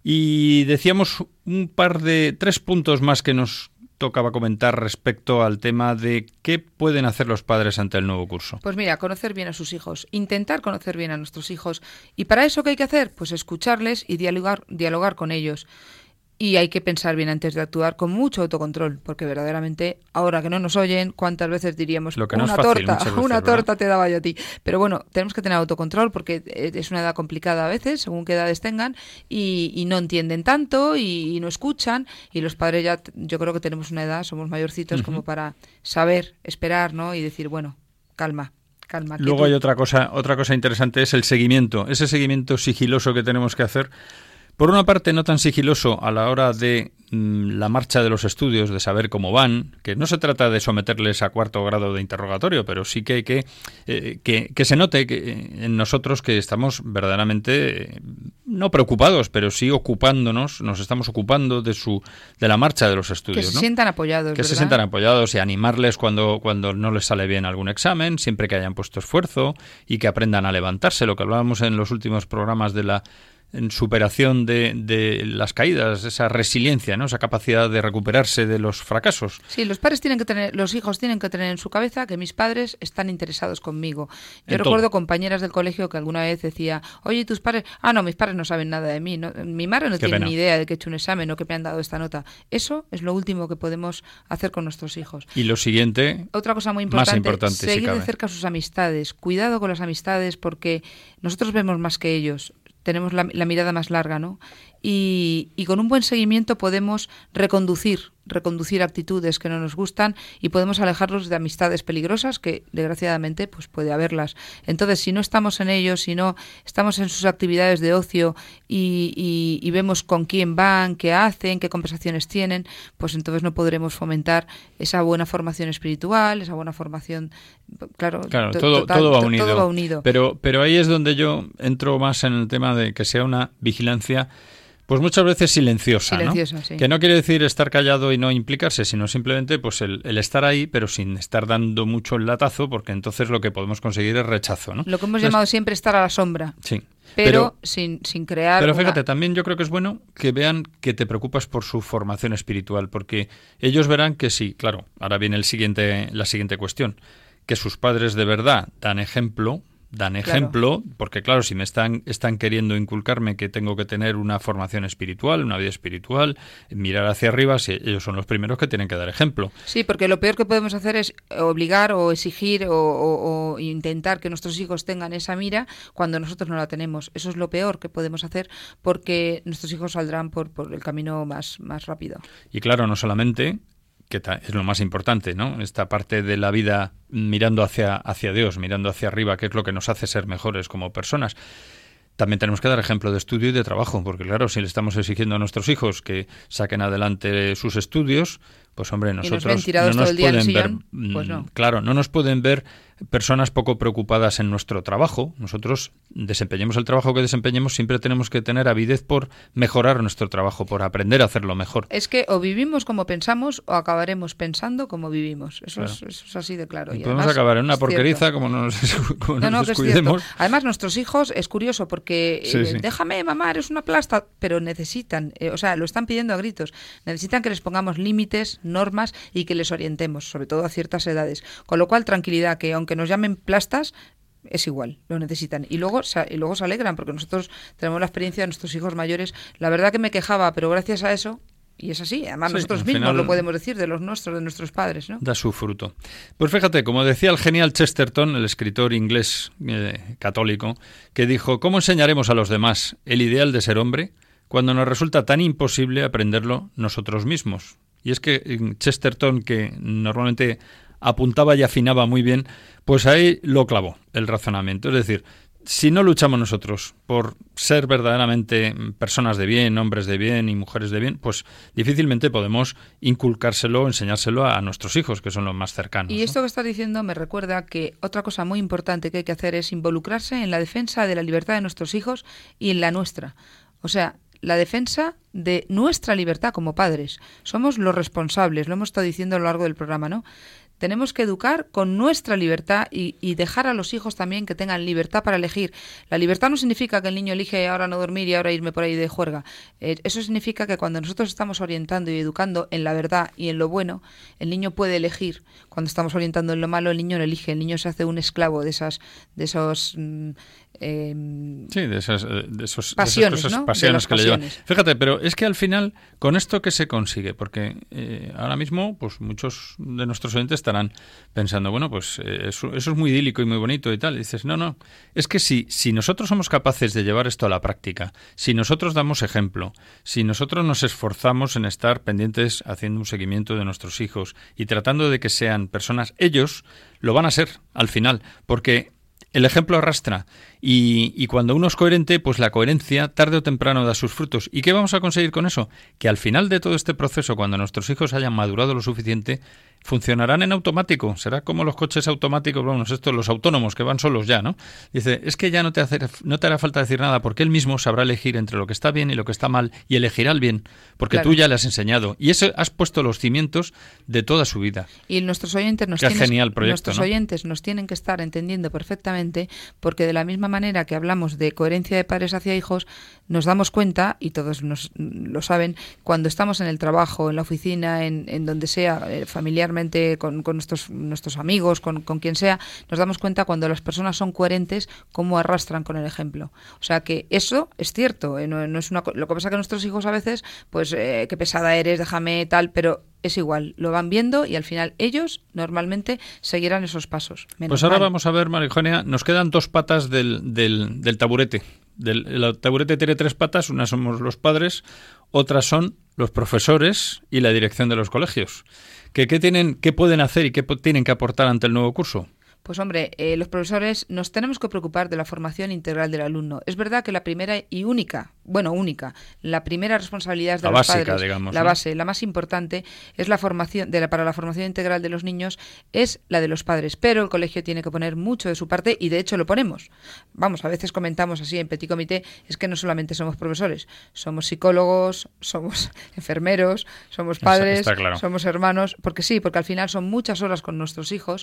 Y decíamos tres puntos más que nos tocaba comentar respecto al tema de qué pueden hacer los padres ante el nuevo curso. Pues mira, conocer bien a sus hijos, intentar conocer bien a nuestros hijos. ¿Y para eso qué hay que hacer? Pues escucharles y dialogar con ellos. Y hay que pensar bien antes de actuar, con mucho autocontrol, porque verdaderamente, ahora que no nos oyen, ¿cuántas veces diríamos lo que no es fácil, una torta te daba yo a ti? Pero bueno, tenemos que tener autocontrol porque es una edad complicada a veces, según qué edades tengan, y no entienden tanto y no escuchan, y los padres ya, yo creo que tenemos una edad, somos mayorcitos como para saber, esperar, ¿no? Y decir, bueno, calma. Luego hay otra cosa interesante, es el seguimiento, ese seguimiento sigiloso que tenemos que hacer. Por una parte, no tan sigiloso a la hora de la marcha de los estudios, de saber cómo van, que no se trata de someterles a 4º grado de interrogatorio, pero sí que hay que se note que en nosotros que estamos verdaderamente, no preocupados, pero sí ocupándonos, nos estamos ocupando de la marcha de los estudios. Que se sientan apoyados, Que ¿verdad? se sientan apoyados y animarles cuando no les sale bien algún examen, siempre que hayan puesto esfuerzo y que aprendan a levantarse, lo que hablábamos en los últimos programas en superación de las caídas, esa resiliencia, ¿no? Esa capacidad de recuperarse de los fracasos. Sí, los hijos tienen que tener en su cabeza que mis padres están interesados conmigo. Yo recuerdo compañeras del colegio que alguna vez decía, oye, ¿tus padres? No, mis padres no saben nada de mí. ¿No? Mi madre no tiene ni idea de que he hecho un examen o que me han dado esta nota. Eso es lo último que podemos hacer con nuestros hijos. Y lo siguiente, otra cosa muy importante, seguir si de cerca sus amistades. Cuidado con las amistades porque nosotros vemos más que ellos. Tenemos la mirada más larga, ¿no? Y con un buen seguimiento podemos reconducir actitudes que no nos gustan y podemos alejarlos de amistades peligrosas que desgraciadamente pues puede haberlas. Entonces, si no estamos en ellos, si no estamos en sus actividades de ocio y vemos con quién van, qué hacen, qué conversaciones tienen, pues entonces no podremos fomentar esa buena formación espiritual, esa buena formación, claro, todo va unido. Todo va unido. Pero ahí es donde yo entro más en el tema de que sea una vigilancia pues muchas veces silenciosa, ¿no? Sí. Que no quiere decir estar callado y no implicarse, sino simplemente pues el estar ahí, pero sin estar dando mucho el latazo, porque entonces lo que podemos conseguir es rechazo, ¿no? Lo que hemos llamado siempre estar a la sombra. Sí. Pero sin crear... Pero fíjate, también yo creo que es bueno que vean que te preocupas por su formación espiritual, porque ellos verán que sí, claro, ahora viene la siguiente cuestión, que sus padres de verdad dan ejemplo, porque claro, si me están queriendo inculcarme que tengo que tener una formación espiritual, una vida espiritual, mirar hacia arriba, si ellos son los primeros que tienen que dar ejemplo. Sí, porque lo peor que podemos hacer es obligar o exigir o intentar que nuestros hijos tengan esa mira cuando nosotros no la tenemos. Eso es lo peor que podemos hacer porque nuestros hijos saldrán por el camino más rápido. Y claro, no solamente, que es lo más importante, ¿no? Esta parte de la vida mirando hacia Dios, mirando hacia arriba, que es lo que nos hace ser mejores como personas. También tenemos que dar ejemplo de estudio y de trabajo, porque claro, si le estamos exigiendo a nuestros hijos que saquen adelante sus estudios, pues hombre, nosotros no nos pueden ver, pues no. Claro, no nos pueden ver personas poco preocupadas en nuestro trabajo. Nosotros, desempeñemos el trabajo que desempeñemos, siempre tenemos que tener avidez por mejorar nuestro trabajo, por aprender a hacerlo mejor. Es que o vivimos como pensamos o acabaremos pensando como vivimos. Eso es así de claro. Y podemos acabar en una porqueriza como nos descuidemos. Además, nuestros hijos, es curioso porque déjame mamá, eres una plasta, pero necesitan, lo están pidiendo a gritos, necesitan que les pongamos límites, normas y que les orientemos, sobre todo a ciertas edades. Con lo cual, tranquilidad, que aunque nos llamen plastas, es igual, lo necesitan. Y luego se alegran, porque nosotros tenemos la experiencia de nuestros hijos mayores. La verdad que me quejaba, pero gracias a eso, y es así, además nosotros mismos lo podemos decir de nuestros padres, ¿no? Da su fruto. Pues fíjate, como decía el genial Chesterton, el escritor inglés católico, que dijo: ¿cómo enseñaremos a los demás el ideal de ser hombre cuando nos resulta tan imposible aprenderlo nosotros mismos? Y es que Chesterton, que normalmente apuntaba y afinaba muy bien, pues ahí lo clavó el razonamiento. Es decir, si no luchamos nosotros por ser verdaderamente personas de bien, hombres de bien y mujeres de bien, pues difícilmente podemos inculcárselo, enseñárselo a nuestros hijos, que son los más cercanos. Y esto que estás diciendo me recuerda que otra cosa muy importante que hay que hacer es involucrarse en la defensa de la libertad de nuestros hijos y en la nuestra. O sea, la defensa de nuestra libertad como padres. Somos los responsables, lo hemos estado diciendo a lo largo del programa, ¿no? Tenemos que educar con nuestra libertad y dejar a los hijos también que tengan libertad para elegir. La libertad no significa que el niño elige ahora no dormir y ahora irme por ahí de juerga. Eso significa que cuando nosotros estamos orientando y educando en la verdad y en lo bueno, el niño puede elegir. Cuando estamos orientando en lo malo, el niño no elige. El niño se hace un esclavo de esas pasiones, ¿no? Pasiones que le llevan. Fíjate, pero es que al final, ¿con esto qué se consigue? Porque ahora mismo, pues muchos de nuestros oyentes estarán pensando, bueno, pues eso es muy idílico y muy bonito y tal. Y dices, no, es que si nosotros somos capaces de llevar esto a la práctica, si nosotros damos ejemplo, si nosotros nos esforzamos en estar pendientes haciendo un seguimiento de nuestros hijos y tratando de que sean personas, ellos lo van a ser al final, porque el ejemplo arrastra y cuando uno es coherente, pues la coherencia tarde o temprano da sus frutos. ¿Y qué vamos a conseguir con eso? Que al final de todo este proceso, cuando nuestros hijos hayan madurado lo suficiente, funcionarán en automático. Será como los coches automáticos, los autónomos que van solos ya, ¿no? Dice, es que ya no te hará falta decir nada, porque él mismo sabrá elegir entre lo que está bien y lo que está mal, y elegirá el bien, porque claro, tú ya le has enseñado. Y eso has puesto los cimientos de toda su vida. Y nuestros oyentes oyentes nos tienen que estar entendiendo perfectamente, porque de la misma manera que hablamos de coherencia de padres hacia hijos, nos damos cuenta, y todos lo saben, cuando estamos en el trabajo, en la oficina, en donde sea, familiarmente, con nuestros amigos, con quien sea, nos damos cuenta cuando las personas son coherentes, cómo arrastran con el ejemplo. O sea que eso es cierto, no es lo que pasa que nuestros hijos a veces, pues qué pesada eres, déjame tal, pero es igual, lo van viendo y al final ellos normalmente seguirán esos pasos. Pues ahora vamos a ver, María Eugenia, nos quedan dos patas del taburete. El taburete tiene tres patas, una somos los padres, otras son los profesores y la dirección de los colegios. ¿Qué pueden hacer y qué tienen que aportar ante el nuevo curso? Pues hombre, los profesores nos tenemos que preocupar de la formación integral del alumno. Es verdad que la primera y única, la primera responsabilidad es de los padres, digamos, la base, la más importante es la formación para la formación integral de los niños es la de los padres, pero el colegio tiene que poner mucho de su parte y de hecho lo ponemos. A veces comentamos así en petit comité, es que no solamente somos profesores, somos psicólogos, somos enfermeros, somos padres, está claro, somos hermanos, porque al final son muchas horas con nuestros hijos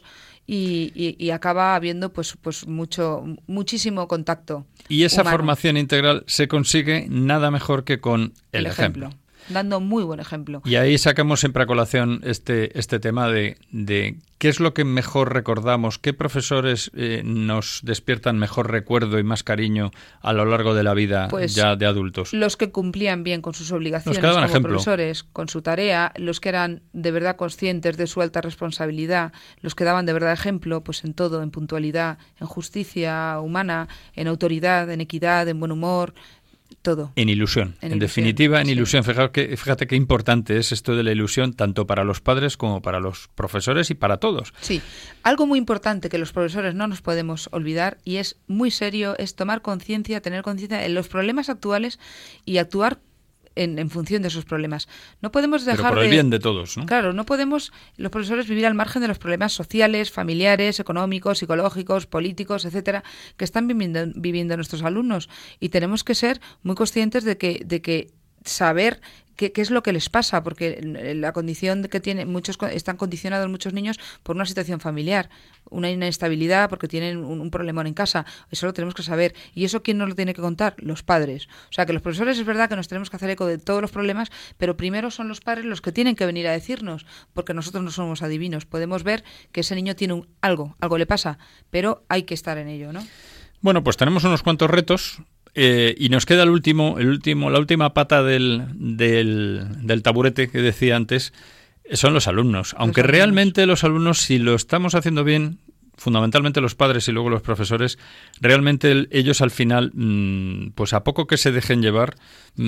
y acaba habiendo pues muchísimo contacto. Y esa humano. Formación integral se consigue nada mejor que con el ejemplo. Dando muy buen ejemplo. Y ahí sacamos siempre a colación este tema de qué es lo que mejor recordamos, qué profesores nos despiertan mejor recuerdo y más cariño a lo largo de la vida ya de adultos. Los que cumplían bien con sus obligaciones como profesores, con su tarea, los que eran de verdad conscientes de su alta responsabilidad, los que daban de verdad ejemplo pues en todo, en puntualidad, en justicia humana, en autoridad, en equidad, en buen humor, todo. En ilusión. En definitiva, en ilusión. Fíjate qué importante es esto de la ilusión, tanto para los padres como para los profesores y para todos. Sí. Algo muy importante que los profesores no nos podemos olvidar, y es muy serio, es tomar conciencia, tener conciencia de los problemas actuales y actuar en función de esos problemas. No podemos dejar Pero por el bien de todos, ¿no? Claro, no podemos los profesores vivir al margen de los problemas sociales, familiares, económicos, psicológicos, políticos, etcétera, que están viviendo nuestros alumnos, y tenemos que ser muy conscientes de que saber qué es lo que les pasa, porque la condición que tienen están condicionados muchos niños por una situación familiar, una inestabilidad porque tienen un problemón en casa. Eso lo tenemos que saber. ¿Y eso quién nos lo tiene que contar? Los padres. O sea, que los profesores es verdad que nos tenemos que hacer eco de todos los problemas, pero primero son los padres los que tienen que venir a decirnos, porque nosotros no somos adivinos. Podemos ver que ese niño tiene algo le pasa, pero hay que estar en ello, ¿no? Bueno, pues tenemos unos cuantos retos. Y nos queda la última pata del taburete que decía antes, son los alumnos. Aunque realmente los alumnos, si lo estamos haciendo bien, fundamentalmente los padres y luego los profesores, realmente ellos al final, pues a poco que se dejen llevar,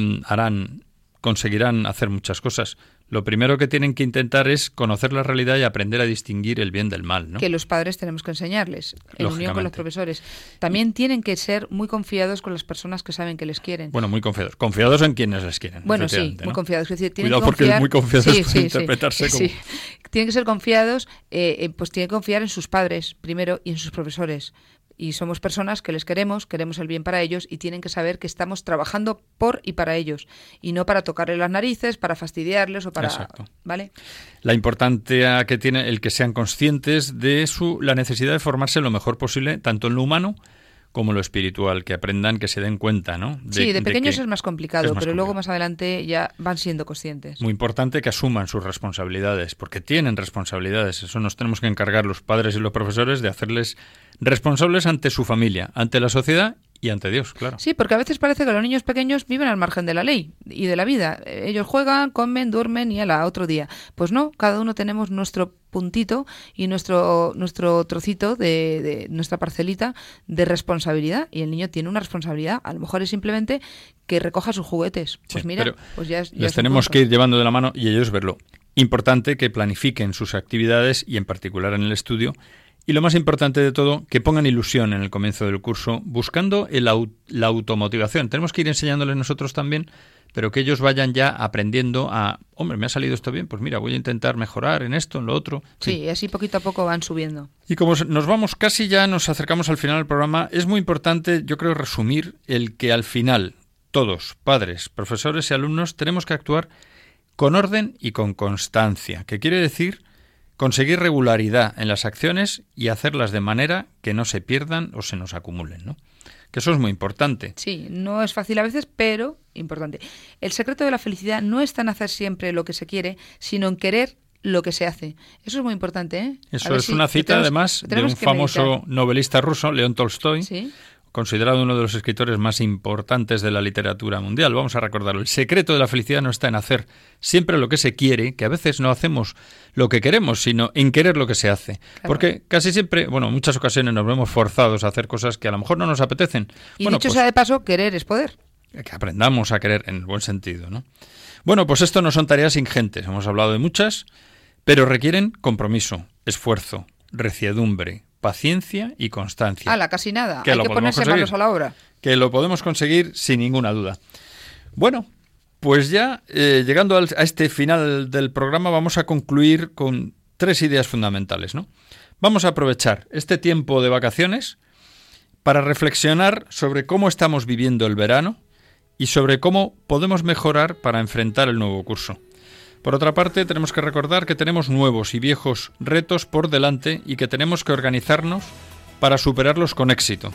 conseguirán hacer muchas cosas. Lo primero que tienen que intentar es conocer la realidad y aprender a distinguir el bien del mal, ¿no? Que los padres tenemos que enseñarles, en unión con los profesores. También tienen que ser muy confiados con las personas que saben que les quieren. Bueno, muy confiados. Confiados en quienes les quieren. Bueno, sí, ¿no? muy confiados. Es decir, tienen Cuidado, que confiar, porque muy confiados puede interpretarse como... Sí. Tienen que ser confiados, pues tienen que confiar en sus padres primero y en sus profesores. Y somos personas que les queremos el bien para ellos, y tienen que saber que estamos trabajando por y para ellos, y no para tocarles las narices, para fastidiarles o para... Exacto. ¿Vale? La importancia que tiene el que sean conscientes de la necesidad de formarse lo mejor posible, tanto en lo humano como lo espiritual, que aprendan, que se den cuenta, ¿no? De pequeños es más complicado, pero luego más adelante ya van siendo conscientes. Muy importante que asuman sus responsabilidades, porque tienen responsabilidades. Eso nos tenemos que encargar los padres y los profesores, de hacerles responsables ante su familia, ante la sociedad y ante Dios, claro. Sí, porque a veces parece que los niños pequeños viven al margen de la ley y de la vida. Ellos juegan, comen, duermen y otro día. Pues no, cada uno tenemos nuestro puntito y nuestro trocito de nuestra parcelita de responsabilidad, y el niño tiene una responsabilidad. A lo mejor es simplemente que recoja sus juguetes. Pues sí, mira, pero pues ya les tenemos que ir llevando de la mano y ellos verlo. Importante que planifiquen sus actividades, y en particular en el estudio. Y lo más importante de todo, que pongan ilusión en el comienzo del curso, buscando la automotivación. Tenemos que ir enseñándoles nosotros también, pero que ellos vayan ya aprendiendo hombre, me ha salido esto bien, pues mira, voy a intentar mejorar en esto, en lo otro. Sí, así poquito a poco van subiendo. Y como nos vamos, casi ya nos acercamos al final del programa, es muy importante, yo creo, resumir el que al final todos, padres, profesores y alumnos, tenemos que actuar con orden y con constancia, que quiere decir conseguir regularidad en las acciones y hacerlas de manera que no se pierdan o se nos acumulen, ¿no? Que eso es muy importante. Sí, no es fácil a veces, pero importante. El secreto de la felicidad no está en hacer siempre lo que se quiere, sino en querer lo que se hace. Eso es muy importante, ¿eh? Eso es una cita, además, de un famoso novelista ruso, León Tolstoy, ¿sí? Considerado uno de los escritores más importantes de la literatura mundial. Vamos a recordarlo. El secreto de la felicidad no está en hacer siempre lo que se quiere, que a veces no hacemos lo que queremos, sino en querer lo que se hace. Claro. Porque casi siempre, en muchas ocasiones nos vemos forzados a hacer cosas que a lo mejor no nos apetecen. Y dicho sea de paso, querer es poder. Que aprendamos a querer en el buen sentido, ¿no? Bueno, pues esto no son tareas ingentes. Hemos hablado de muchas, pero requieren compromiso, esfuerzo, reciedumbre, paciencia y constancia. Casi nada. Hay que ponerse manos a la obra. Que lo podemos conseguir sin ninguna duda. Bueno, pues ya llegando a este final del programa, vamos a concluir con 3 ideas fundamentales, ¿no? Vamos a aprovechar este tiempo de vacaciones para reflexionar sobre cómo estamos viviendo el verano y sobre cómo podemos mejorar para enfrentar el nuevo curso. Por otra parte, tenemos que recordar que tenemos nuevos y viejos retos por delante y que tenemos que organizarnos para superarlos con éxito.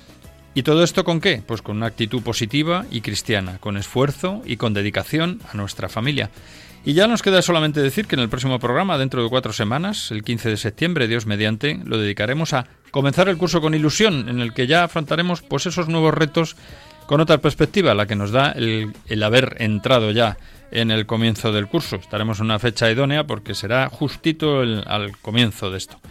¿Y todo esto con qué? Pues con una actitud positiva y cristiana, con esfuerzo y con dedicación a nuestra familia. Y ya nos queda solamente decir que en el próximo programa, dentro de 4 semanas, el 15 de septiembre, Dios mediante, lo dedicaremos a comenzar el curso con ilusión, en el que ya afrontaremos pues esos nuevos retos con otra perspectiva, la que nos da el haber entrado ya en el comienzo del curso. Estaremos en una fecha idónea porque será justito al comienzo de esto.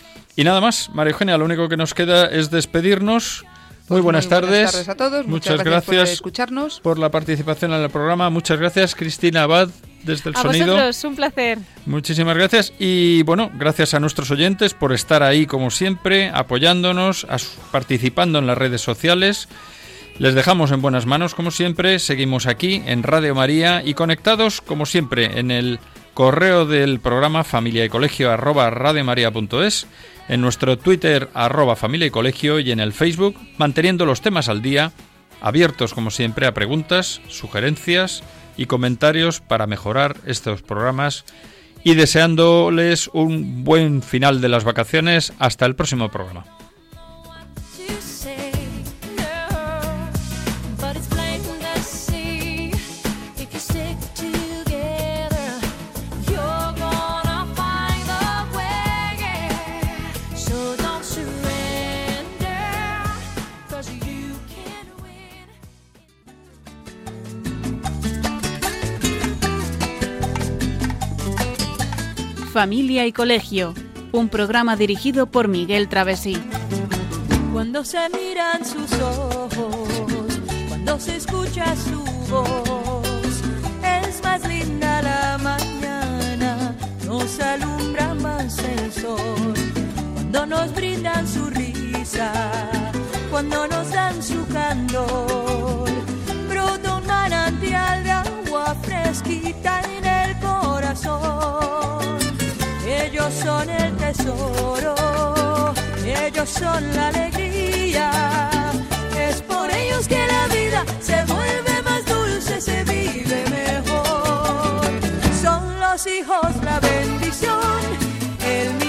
Y nada más, María Eugenia, lo único que nos queda es despedirnos. Muy buenas tardes. Buenas tardes a todos. Muchas gracias por escucharnos. Por la participación en el programa. Muchas gracias, Cristina Abad, desde el sonido. A vosotros, un placer. Muchísimas gracias. Y gracias a nuestros oyentes por estar ahí como siempre, apoyándonos, participando en las redes sociales. Les dejamos en buenas manos, como siempre. Seguimos aquí en Radio María y conectados, como siempre, en el correo del programa familiaycolegio@radiomaria.es, en nuestro Twitter @familiaycolegio y en el Facebook, manteniendo los temas al día, abiertos, como siempre, a preguntas, sugerencias y comentarios para mejorar estos programas y deseándoles un buen final de las vacaciones. Hasta el próximo programa. Familia y Colegio, un programa dirigido por Miguel Travesí. Cuando se miran sus ojos, cuando se escucha su voz, es más linda la mañana, nos alumbra más el sol. Cuando nos brindan su risa, cuando nos dan su candor, brota un manantial de agua fresquita en el corazón. Ellos son el tesoro, ellos son la alegría. Es por ellos que la vida se vuelve más dulce, se vive mejor. Son los hijos la bendición, el